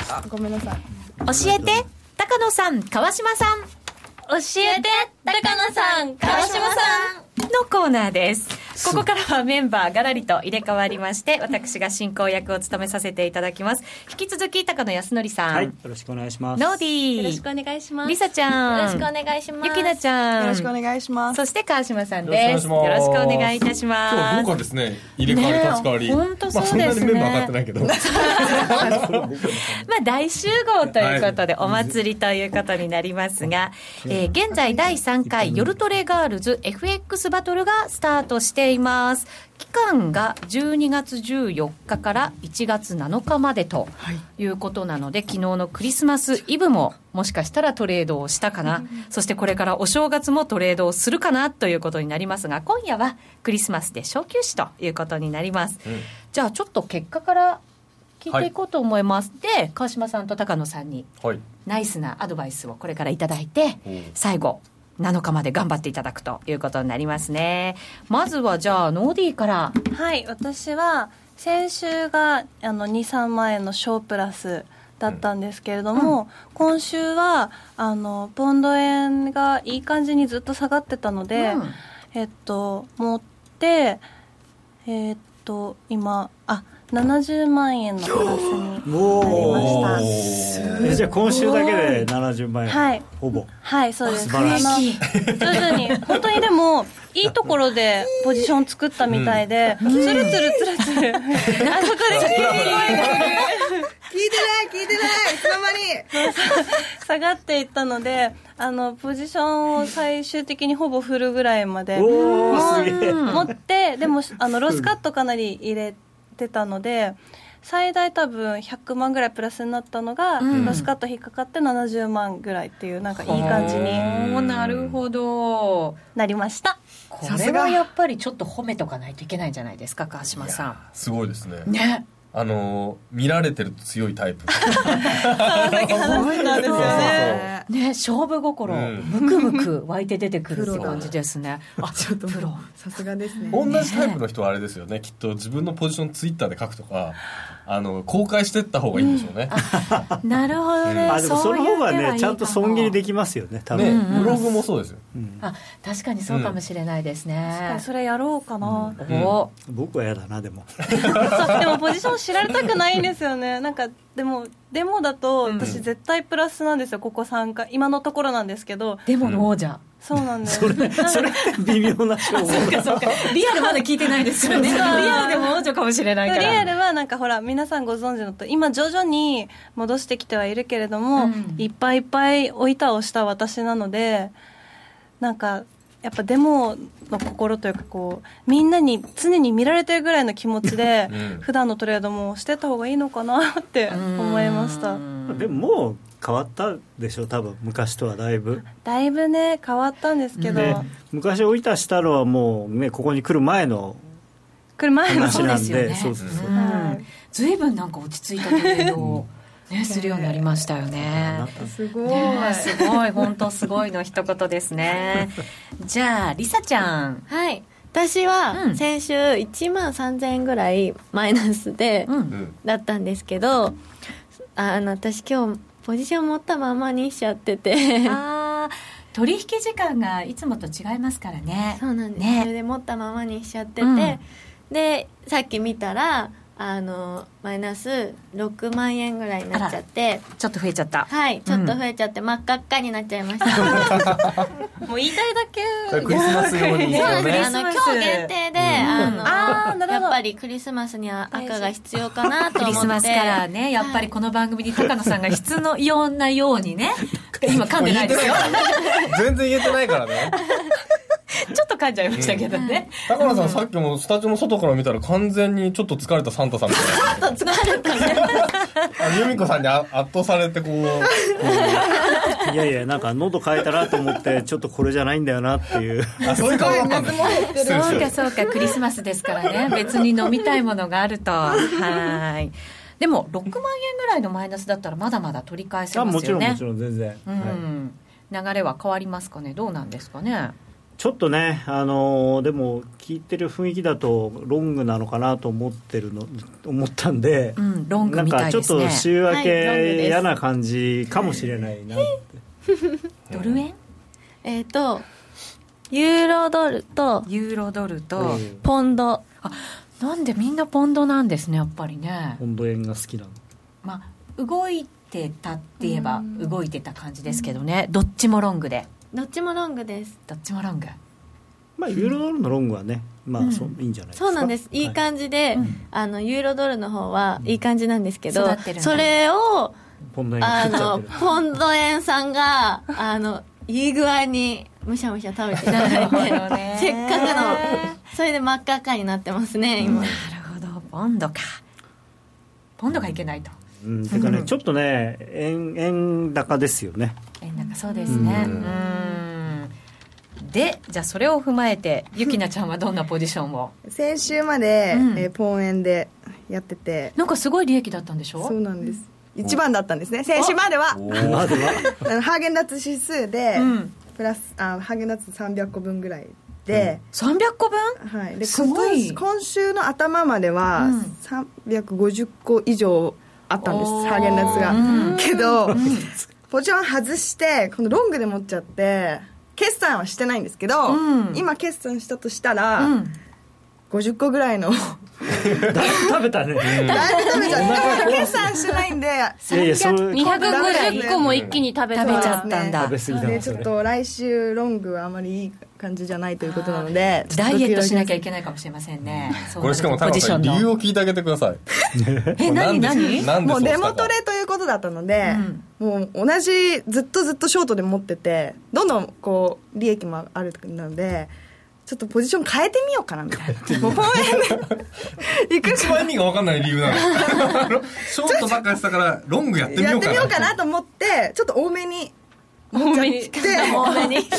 ごめんなさい。 教えて高野さん、川島さん。 教えて高野さん、川島さんのコーナーです。ここからはメンバーがらりと入れ替わりまして、私が進行役を務めさせていただきます。引き続き高野康則さん、 はい、よろしくお願いします。 ノーディー、 よろしくお願いします。 リサちゃん、 よろしくお願いします。 ゆきなちゃん、 よろしくお願いします。 そして川島さんです。よろしくお願いいたします。 今日は豪華ですね。入れ替わり立ち替わり、 本当そうですね。 そんなにメンバー上がってないけどまあ大集合ということで、お祭りということになりますが、現在第3回夜トレガールズ FX バトルがスタートしています。期間が12月14日から1月7日までということなので、昨日のクリスマスイブももしかしたらトレードをしたかな、そしてこれからお正月もトレードをするかなということになりますが、今夜はクリスマスで小休止ということになります、じゃあちょっと結果から聞いていこうと思います、で川島さんと高野さんにナイスなアドバイスをこれからいただいて、最後7日まで頑張っていただくということになりますね。まずはじゃあノーディーから。 はい、私は先週が2、3万円の小プラスだったんですけれども、今週はポンド円がいい感じにずっと下がってたので、持って今70万円のプラスになりました。 じゃあ今週だけで70万円、はい、ほぼ、 はい、そうです。 素晴らしい。 徐々に本当にでもいいところでポジション作ったみたいで、つるつるつるつるあそこで聞いてないいつの間に下がっていったので、ポジションを最終的にほぼ振るぐらいまで持って、でもロスカットかなり入れてたので、最大多分100万ぐらいプラスになったのが、ロスカット引っかかって70万ぐらいっていう、なんかいい感じになるほどなりました。 これはやっぱりちょっと褒めとかないといけないんじゃないですか、川島さん。 すごいですね。 ね、 見られてると強いタイプそうなんですよね。 ね、勝負心、ムクムク湧いて出てくるって感じですね。あ、ちょっとプロ、 さすがですね。 同じタイプの人はあれですよね、きっと自分のポジションツイッターで書くとか公開していった方がいいんでしょうね、 なるほどね。 でもその方がねちゃんと損切りできますよね、多分、 ブログもそうですよ、 確かにそうかもしれないですね、 確かにそれやろうかな、 僕は嫌だな。でもでもポジション知られたくないんですよね。なんかでもデモだと私絶対プラスなんですよ、ここ3回今のところなんですけど。 デモの王者、 そうなんです。 それ微妙な勝負。 そうかリアルまだ聞いてないですよね。リアルでも王者かもしれないから。 リアルはなんかほら皆さんご存知のと今徐々に戻してきてはいるけれども、いっぱいいっぱい追い倒した私なので、なんかやっぱデモの心というか、こうみんなに常に見られてるぐらいの気持ちで普段のトレードもしてた方がいいのかなって思いました。 でももう変わったでしょ、多分昔とはだいぶね変わったんですけど、 昔追い出したのはもうね、ここに来る前の話なんで、 ずいぶんなんか落ち着いたトレードをするようになりましたよね。 すごい、 すごい、本当すごいの一言ですね。じゃあリサちゃん。 はい、私は先週1万3000円ぐらいマイナスで、だったんですけど、私今日ポジション持ったままにしちゃってて取引時間がいつもと違いますからね。 そうなんです、それで持ったままにしちゃってて、でさっき見たらマイナス6万円ぐらいになっちゃって、 ちょっと増えちゃった。 はい、ちょっと増えちゃって、真っ赤っかになっちゃいましたもう言いたいだけ。 クリスマス用にそうですね、今日限定で、やっぱりクリスマスには赤が必要かなと思って、 クリスマスカラーね、やっぱりこの番組に高野さんが必要なようにね今噛んでないですよ全然言えてないからねちょっと噛んじゃいましたけどね、 高野さんさっきもスタジオの外から見たら完全にちょっと疲れたサンタさんみたいなちょっと疲れたね由美子さんに圧倒されてこういやいや、なんか喉変えたなと思ってちょっとこれじゃないんだよなっていうそういう顔だったんですそうかクリスマスですからね別に飲みたいものがあるとはい。でも6万円ぐらいのマイナスだったらまだまだ取り返せますよね。 もちろん全然、 流れは変わりますかね、どうなんですかね。 ちょっとね、でも聞いてる雰囲気だとロングなのかなと思ったんで、 ロングみたいですね。 なんかちょっと週明け、嫌な感じかもしれないなってドル円ユーロドルとポンド。 なんでみんなポンドなんですね、やっぱりね。 ポンド円が好きなの。 動いてたって言えば動いてた感じですけどね。どっちもロングで。 どっちもロングです。 どっちもロング。 ユーロドルのロングはね、いいんじゃないですか。 そうなんです。いい感じで、ユーロドルの方はいい感じなんですけど、それをポンド円さんがいい具合にむしゃむしゃ食べていただいてせっかくのそれで真っ赤っかになってますね今。 なるほど、ポンドがいけないと。 てかね、ちょっとね円高ですよね。 円高、そうですね。で、じゃあそれを踏まえてゆきなちゃんはどんなポジションを？ 先週まで、ポン円でやってて、 なんかすごい利益だったんでしょ？ そうなんです。一番だったんですね、先週までは。ハーゲンダッツ指数で、プラスハーゲンダッツ300個分ぐらいで、 300個分？ はい。ですごい。今週の頭までは350個以上あったんです、ハーゲンダッツが。けど、ポジション外してこのロングで持っちゃって決算はしてないんですけど、今決算したとしたら、50個ぐらいのだいぶ食べたね。 だいぶ食べちゃった。決算してないんで 250個も一気に食べちゃったんだ。 食べ過ぎだね。 ちょっと来週ロングはあまりいい感じじゃないということなので、 ダイエットしなきゃいけないかもしれませんね。 これしかも高野さん理由を聞いてあげてください。 何もうデモトレということだったので、もう同じずっとショートで持ってて、どんどんこう利益もあるので、ちょっとポジション変えてみようかなみたいな。もうポン円でいく一番意味が分かんない理由なの。ショートばっかりしたからロングやってみようかな。 やってみようかなと思って、ちょっと多めに持っちゃって、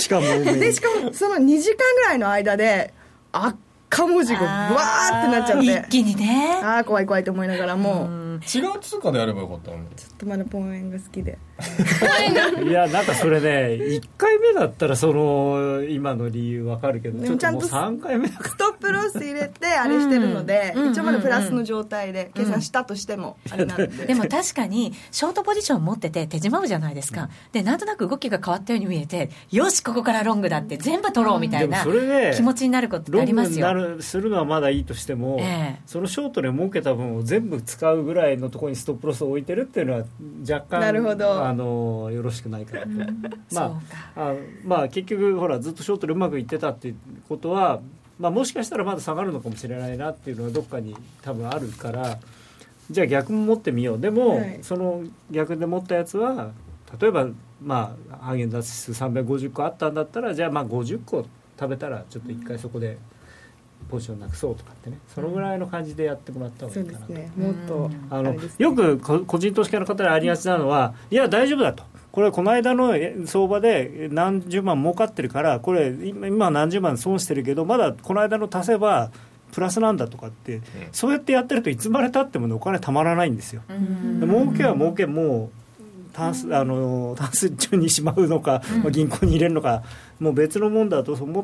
しかもその2時間ぐらいの間で赤文字がブワーってなっちゃって、 一気にね、 怖いと思いながらも違う通貨でやればよかったのに。 ちょっとまだポン円が好きで。 いや、なんかそれね、1回目だったらその今の理由わかるけど、ちゃんと3回目だからストップロス入れてあれしてるので、一応まだプラスの状態で計算したとしてもあれなんで、 でも確かにショートポジション持ってて手締まうじゃないですか。でなんとなく動きが変わったように見えて、よしここからロングだって全部取ろうみたいな気持ちになることってありますよ。 ロングにするのはまだいいとしても、そのショートで儲けた分を全部使うぐらいのところにストップロスを置いてるっていうのは若干なるほど、 よろしくないかなと。結局ほらずっとショートでうまくいってたっていうことは、もしかしたらまだ下がるのかもしれないなっていうのはどっかに多分あるから、じゃあ逆も持ってみよう。でも、その逆で持ったやつは例えばハーゲンダッツ350個あったんだったら、じゃあ50個食べたらちょっと一回そこでポジションなくそうとかってね、そのぐらいの感じでやってもらった方がいいかなと。 そうですね、もっとよく個人投資家の方でありがちなのは、いや大丈夫だと、これこの間の相場で何十万儲かってるから、これ今何十万損してるけどまだこの間の足せばプラスなんだとかって、そうやってやってるといつまでたっても、ね、お金たまらないんですよ。儲けは儲けもタンス中にしまうのか、銀行に入れるのかもう別のもんだと思って、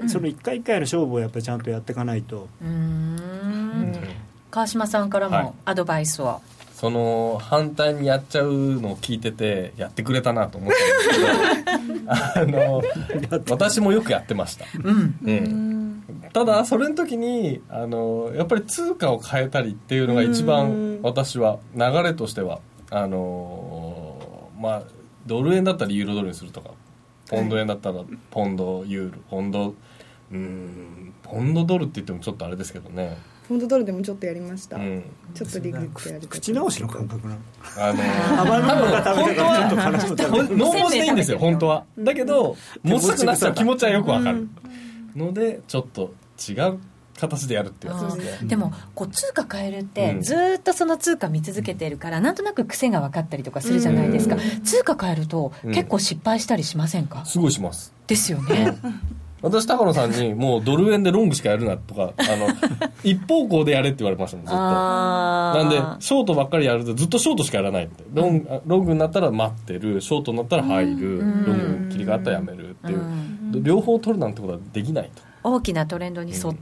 その一回一回の勝負をやっぱりちゃんとやっていかないと。 川島さんからもアドバイスを、 その反対にやっちゃうのを聞いててやってくれたなと思ったんですけど私もよくやってました。ただそれの時にやっぱり通貨を変えたりっていうのが一番私は流れとしてはドル円だったらユーロドルにするとか、ポンド円だったらポンドユーロ、ポンドドルって言ってもちょっとあれですけどね。 ポンドドルでもちょっとやりました、ちょっとリグってやる口直しの感覚なの。 本当はノーモジでいいんですよ本当は。だけど持ちたくなっちゃう気持ちはよくわかるので、ちょっと違う形でやるってやつですね。 でも通貨変えるってずっとその通貨見続けてるから、なんとなく癖が分かったりとかするじゃないですか。通貨変えると結構失敗したりしませんか？ すごいします。 ですよね。 私高野さんにもうドル円でロングしかやるなとか一方向でやれって言われましたもんずっと。なんでショートばっかりやるとずっとショートしかやらないって、ロングになったら待ってる、ショートになったら入る、ロング切り替わったらやめるっていう両方取るなんてことはできないと。 大きなトレンドに沿って、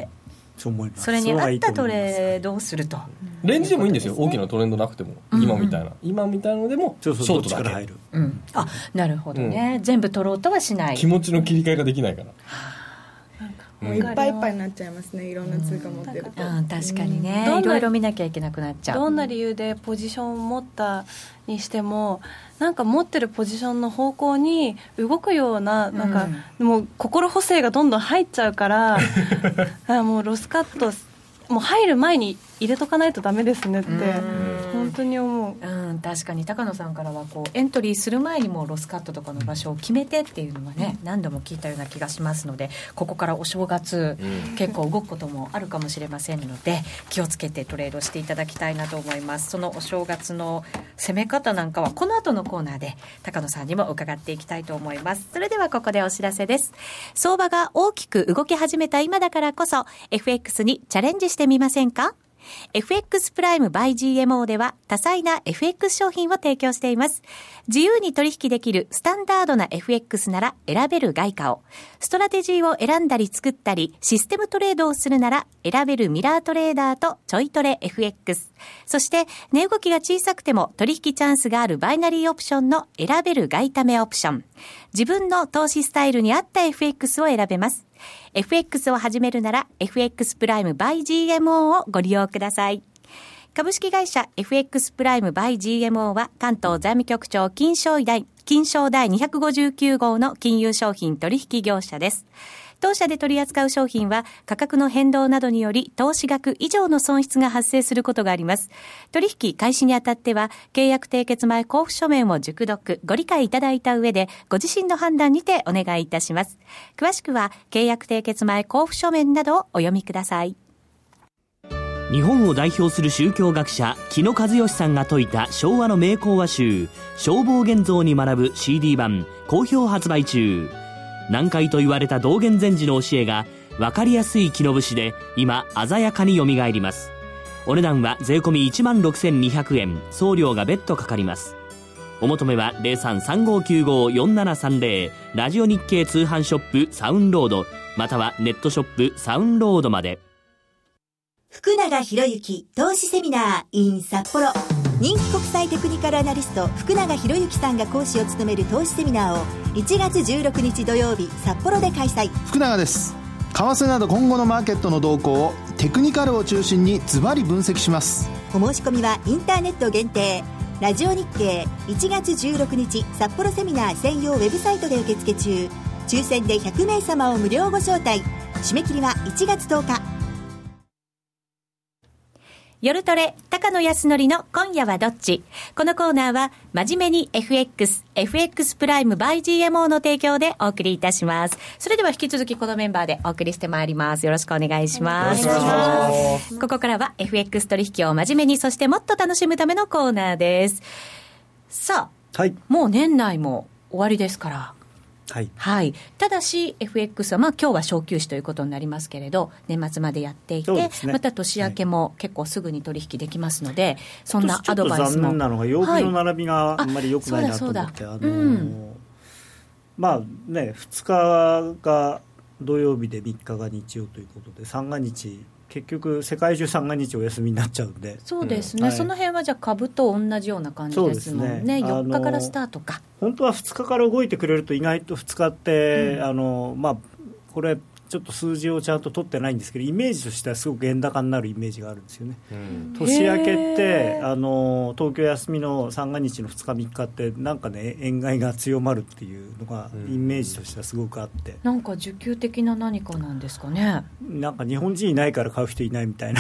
それに合ったトレードをすると。 レンジでもいいんですよ、大きなトレンドなくても、今みたいなのでもショートだけ入る、 あ、なるほどね、全部取ろうとはしない、 気持ちの切り替えができないから、 もういっぱいいっぱいになっちゃいますね、いろんな通貨持ってると。 確かにね、いろいろ見なきゃいけなくなっちゃう。 どんな理由でポジションを持ったにしても、なんか持ってるポジションの方向に動くような、なんかもう心補正がどんどん入っちゃうからもうロスカットもう入る前に入れとかないとダメですねって本当に思う。 確かに高野さんからはこうエントリーする前にもうロスカットとかの場所を決めてっていうのはね、何度も聞いたような気がしますので、ここからお正月、結構動くこともあるかもしれませんので、気をつけてトレードしていただきたいなと思います。そのお正月の攻め方なんかはこの後のコーナーで高野さんにも伺っていきたいと思います。それではここでお知らせです。相場が大きく動き始めた今だからこそ FX にチャレンジしてみませんか。FX プライム by GMO では多彩な FX 商品を提供しています。自由に取引できるスタンダードな FX なら選べる外貨を、ストラテジーを選んだり作ったりシステムトレードをするなら選べるミラートレーダーとちょいトレ FX、 そして値動きが小さくても取引チャンスがあるバイナリーオプションの選べる外為オプション、自分の投資スタイルに合った FX を選べます。FX を始めるなら FX プライム by GMO をご利用ください。株式会社 FX プライム by GMO は関東財務局長金商第259号の金融商品取引業者です。当社で取り扱う商品は価格の変動などにより投資額以上の損失が発生することがあります。取引開始にあたっては契約締結前交付書面を熟読ご理解いただいた上でご自身の判断にてお願いいたします。詳しくは契約締結前交付書面などをお読みください。 日本を代表する宗教学者木野和義さんが説いた昭和の名講話集正法現像に学ぶ CD 版好評発売中。難解と言われた道元禅師の教えが分かりやすい木の節で今鮮やかによみがえります。お値段は税込み 16,200 円、送料が別途かかります。お求めは 03-3595-4730 ラジオ日経通販ショップサウンロードまたはネットショップサウンロードまで。 福永博之投資セミナー in 札幌。人気国際テクニカルアナリスト福永博之さんが講師を務める投資セミナーを1月16日土曜日札幌で開催。 福永です。為替など今後のマーケットの動向をテクニカルを中心にズバリ分析します。 お申し込みはインターネット限定ラジオ日経1月16日札幌セミナー専用ウェブサイトで受付中。抽選で100名様を無料ご招待。締め切りは1月10日。 夜トレ高野康則の今夜はどっち。このコーナーは真面目に FX プライム by GMO の提供でお送りいたします。それでは引き続きこのメンバーでお送りしてまいります。よろしくお願いします。ここからは FX 取引を真面目にそしてもっと楽しむためのコーナーです。さあ、はい、もう年内も終わりですからはいはい、ただし FX は、今日は小休止ということになりますけれど年末までやっていて、ね、また年明けも結構すぐに取引できますので、はい、そんなアドバイスも。ちょっと残念なのが曜日の並びがあんまり良くないなと思って、 まあね2日が土曜日で3日が日曜ということで三が日結局世界中三が日お休みになっちゃうんで。 そうですね、はい、その辺はじゃあ株と同じような感じですもん ね。4日からスタートか。 本当は2日から動いてくれると意外と2日って、これちょっと数字をちゃんと取ってないんですけどイメージとしてはすごく円高になるイメージがあるんですよね、年明けって東京休みの三が日の2日3日ってなんかね円買いが強まるっていうのがイメージとしてはすごくあって、 なんか需給的な何かなんですかね。 なんか日本人いないから買う人いないみたいな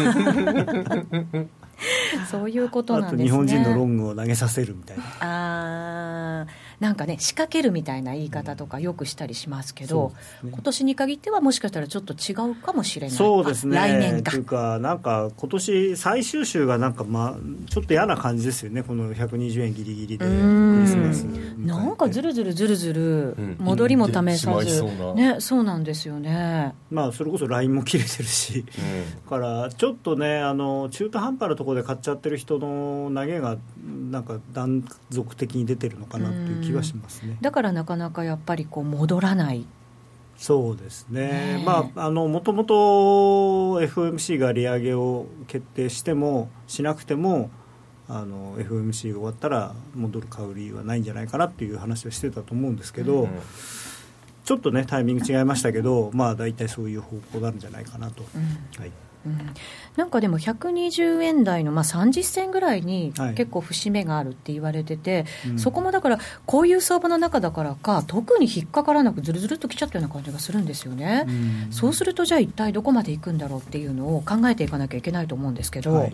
そういうことなんですね。 あと日本人のロングを投げさせるみたいな。なんかね仕掛けるみたいな言い方とかよくしたりしますけど、今年に限ってはもしかしたらちょっと違うかもしれない。 そうですね。 来年かというかなんか今年最終週がなんかちょっと嫌な感じですよね。この120円ギリギリでクリスマスなんかずるずる戻りも試さず、ね、そうなんですよね。 それこそラインも切れてるし、だからちょっとね中途半端なところで買っちゃってる人の投げがなんか断続的に出てるのかなっていう気気はしますね。 だからなかなかやっぱりこう戻らない。 そうですね、もともと FOMC が利上げを決定してもしなくてもFOMC が終わったら戻る買う理由はないんじゃないかなっていう話をしてたと思うんですけど、ちょっとねタイミング違いましたけど、大体そういう方向なんじゃないかなと、はい。 なんかでも120円台の30銭ぐらいに結構節目があるって言われてて、そこもだからこういう相場の中だからか特に引っかからなくずるずるっときちゃったような感じがするんですよね。そうするとじゃあ一体どこまで行くんだろうっていうのを考えていかなきゃいけないと思うんですけど、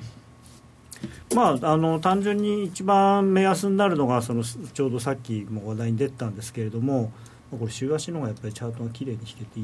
単純に一番目安になるのがちょうどさっきも話題に出てたんですけれども、これ週足の方がやっぱりチャートがきれいに引けていい、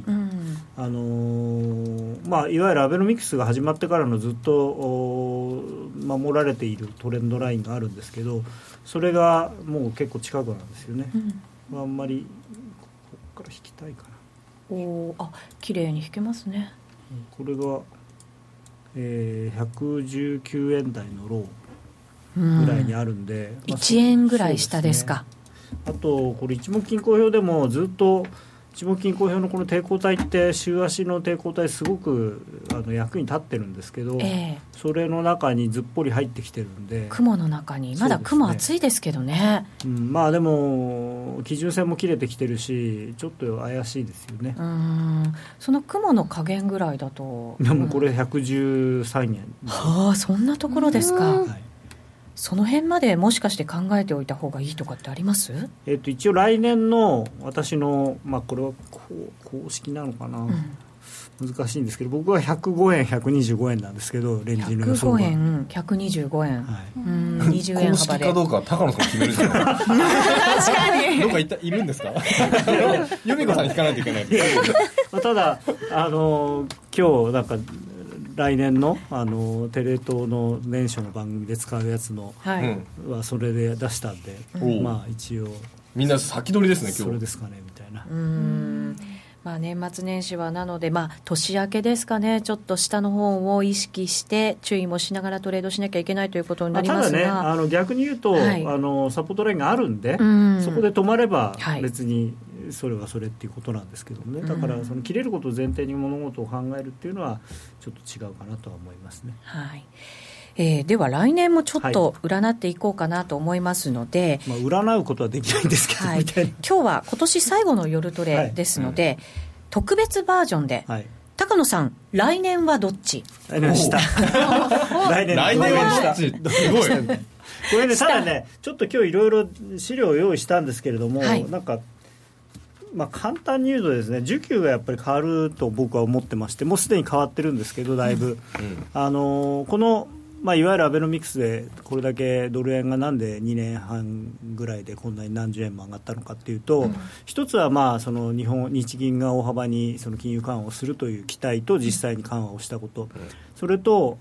いわゆるアベノミクスが始まってからのずっと守られているトレンドラインがあるんですけど、それがもう結構近くなんですよね、あんまりここから引きたいかな。 きれいに引けますね。 これが、119円台のローぐらいにあるんで、 1円ぐらい下ですか。 あとこれ一目均衡表でもずっと一目均衡表のこの抵抗体って週足の抵抗体すごく役に立ってるんですけど、それの中にずっぽり入ってきてるんで、 雲の中にまだ雲厚いですけどね、 でも基準線も切れてきてるしちょっと怪しいですよね。 その雲の加減ぐらいだとでもこれ113円、 そんなところですか。その辺までもしかして考えておいた方がいいとかってあります？ 一応来年の私の、これは公式なのかな、難しいんですけど、僕は105円125円なんですけど、レンジの予想が 105円125円、20円幅で公式かどうかは高野さん決めるじゃないですか。確かにどっかいるんですか？由美子さんに聞かないといけないただ今日なんか来年のテレ東の年初の番組で使うやつのはそれで出したんで、一応みんな先取りですね今日。 それですかねみたいな。 年末年始はなので、年明けですかね、ちょっと下の方を意識して注意もしながらトレードしなきゃいけないということになりますが、 ただね逆に言うと、サポートラインがあるんで、そこで止まれば別にそれはそれっていうことなんですけどね、だから切れることを前提に物事を考えるっていうのはちょっと違うかなとは思いますね。 では来年もちょっと占っていこうかなと思いますので、 占うことはできないんですけど、みたいな。 今日は今年最後の夜トレですので、特別バージョンで、高野さん来年はどっち？ 来年は下来年は下すごいこれね、ただねちょっと今日いろいろ資料を用意したんですけれども、なんか簡単に言うとですね、需給がやっぱり変わると僕は思ってまして、もうすでに変わってるんですけど、だいぶ、このいわゆるアベノミクスでこれだけドル円がなんで2年半ぐらいでこんなに何十円も上がったのかっていうと、一つはその日銀が大幅にその金融緩和をするという期待と実際に緩和をしたこと、それと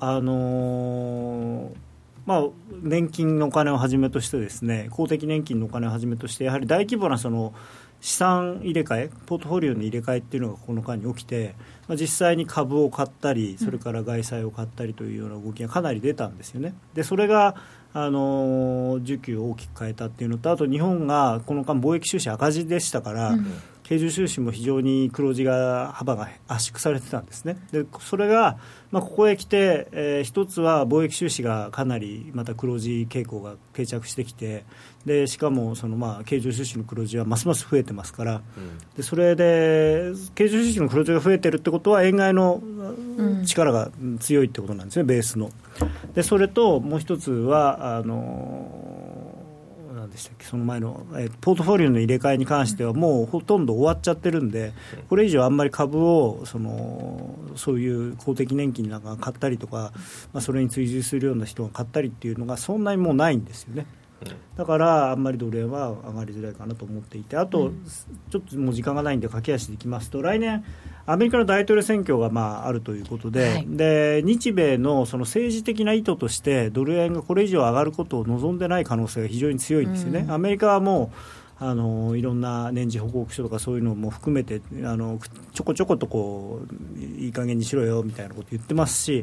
年金のお金をはじめとしてですね、公的年金のお金をはじめとしてやはり大規模なその資産入れ替え、ポートフォリオの入れ替えっていうのがこの間に起きて、実際に株を買ったり、それから外債を買ったりというような動きがかなり出たんですよね。でそれが需給を大きく変えたっていうのと、あと日本がこの間貿易収支赤字でしたから、経常収支も非常に黒字が幅が圧縮されてたんですね。でそれが、ここへ来て、一つは貿易収支がかなりまた黒字傾向が定着してきて、でしかもその経常収支の黒字はますます増えてますから、でそれで経常収支の黒字が増えてるってことは円買いの力が強いってことなんですね、ベースの。でそれともう一つは何でしたっけ、その前の、ポートフォリオの入れ替えに関してはもうほとんど終わっちゃってるんで、これ以上あんまり株をそういう公的年金なんか買ったりとか、それに追随するような人が買ったりっていうのがそんなにもうないんですよね。だからあんまりドル円は上がりづらいかなと思っていて、あとちょっともう時間がないんで駆け足でいきますと、来年アメリカの大統領選挙があるということで、で日米のその政治的な意図としてドル円がこれ以上上がることを望んでない可能性が非常に強いんですよね。アメリカはもういろんな年次報告書とかそういうのも含めてちょこちょこといい加減にしろよみたいなこと言ってますし、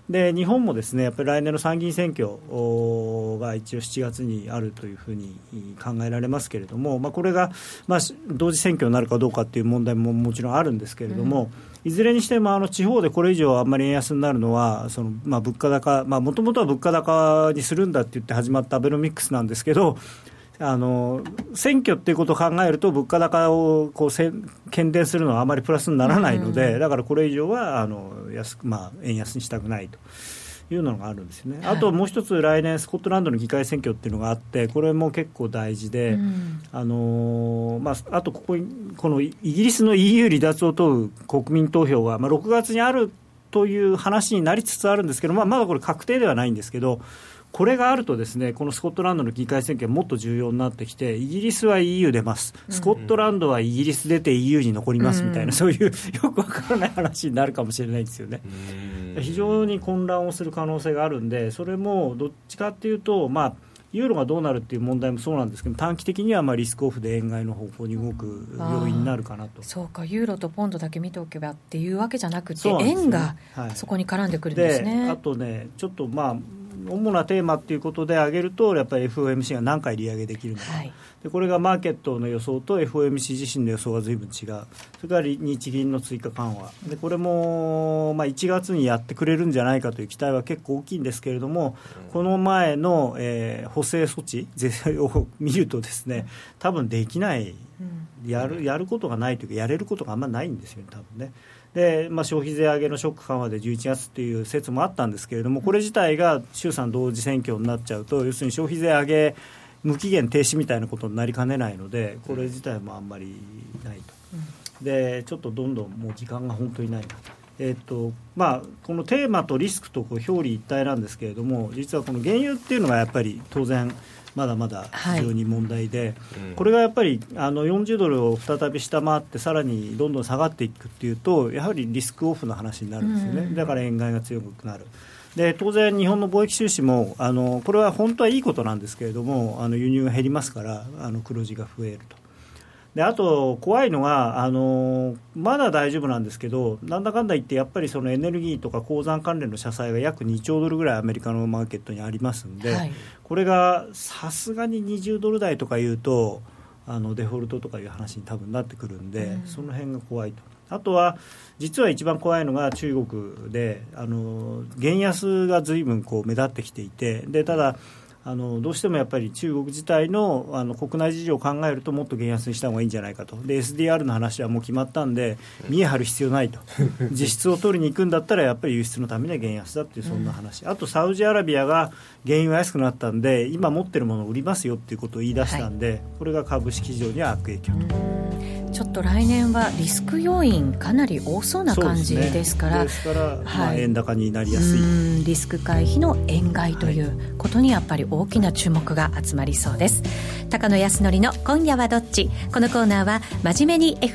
で日本もですねやっぱり来年の参議院選挙が一応7月にあるというふうに考えられますけれども、これが、同時選挙になるかどうかという問題ももちろんあるんですけれども、いずれにしても地方でこれ以上あんまり円安になるのは物価高、もともとは物価高にするんだって言って始まったアベノミクスなんですけど、選挙っていうことを考えると物価高を喧伝するのはあまりプラスにならないので、だからこれ以上は円安にしたくないというのがあるんですよね。あともう一つ来年スコットランドの議会選挙っていうのがあって、これも結構大事で、あとこのイギリスの EU 離脱を問う国民投票が、6月にあるという話になりつつあるんですけど、まだこれ確定ではないんですけど、これがあるとですね、このスコットランドの議会選挙はもっと重要になってきて、イギリスは EU 出ます、スコットランドはイギリス出て EU に残りますみたいな、そういうよくわからない話になるかもしれないんですよね。非常に混乱をする可能性があるんで、それもどっちかっていうと、ユーロがどうなるっていう問題もそうなんですけど、短期的にはリスクオフで円買いの方向に動く要因になるかなと。 そうか、ユーロとポンドだけ見ておけばっていうわけじゃなくて、円がそこに絡んでくるんですね。 であとね、ちょっと主なテーマということで挙げると、やっぱり FOMC が何回利上げできるのか、でこれがマーケットの予想と FOMC 自身の予想が随分違う。それから日銀の追加緩和で、これも1月にやってくれるんじゃないかという期待は結構大きいんですけれども、この前の、補正措置を見るとですね、多分できない、やることがないというか、やれることがあんまりないんですよね、多分ね。で消費税上げのショック緩和で11月という説もあったんですけれども、これ自体が衆参同時選挙になっちゃうと、要するに消費税上げ無期限停止みたいなことになりかねないので、これ自体もあんまりないと。でちょっとどんどんもう時間が本当にないなと。このテーマとリスクと表裏一体なんですけれども、実はこの原油っていうのがやっぱり当然まだまだ非常に問題で、これがやっぱり40ドルを再び下回ってさらにどんどん下がっていくっていうと、やはりリスクオフの話になるんですよね。だから円買いが強くなる。で当然日本の貿易収支もこれは本当はいいことなんですけれども、輸入が減りますから黒字が増えると。であと怖いのがまだ大丈夫なんですけど、なんだかんだ言ってやっぱりそのエネルギーとか鉱山関連の社債が約2兆ドルぐらいアメリカのマーケットにありますんで、これがさすがに20ドル台とかいうとデフォルトとかいう話に多分なってくるんで、その辺が怖いと。あとは実は一番怖いのが中国で元安が随分目立ってきていて、でただどうしてもやっぱり中国自体の国内事情を考えるともっと減安にした方がいいんじゃないかと。で SDR の話はもう決まったんで見え張る必要ないと実質を取りに行くんだったらやっぱり輸出のためには減安だっていう、そんな話。あとサウジアラビアが原油が安くなったんで今持ってるものを売りますよっていうことを言い出したんで、これが株式市場には悪影響と。 ちょっと来年はリスク要因かなり多そうな感じですから、 ですから円高になりやすい。 リスク回避の円買いということにやっぱり大きな注目が集まりそうです。高野康則の今夜はどっち。このコーナーは真面目に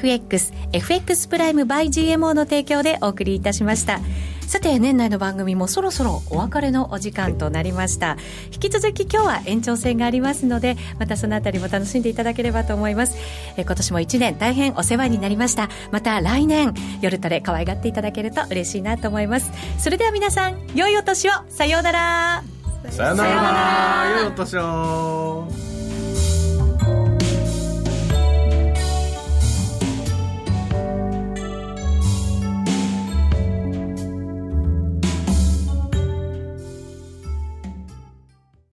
FX プライム by GMO の提供でお送りいたしました。さて年内の番組もそろそろお別れのお時間となりました。引き続き今日は延長戦がありますので、またそのあたりも楽しんでいただければと思います。今年も1年大変お世話になりました。また来年夜トレ可愛がっていただけると嬉しいなと思います。それでは皆さん良いお年を。さようなら。 さようなら。良いお年を。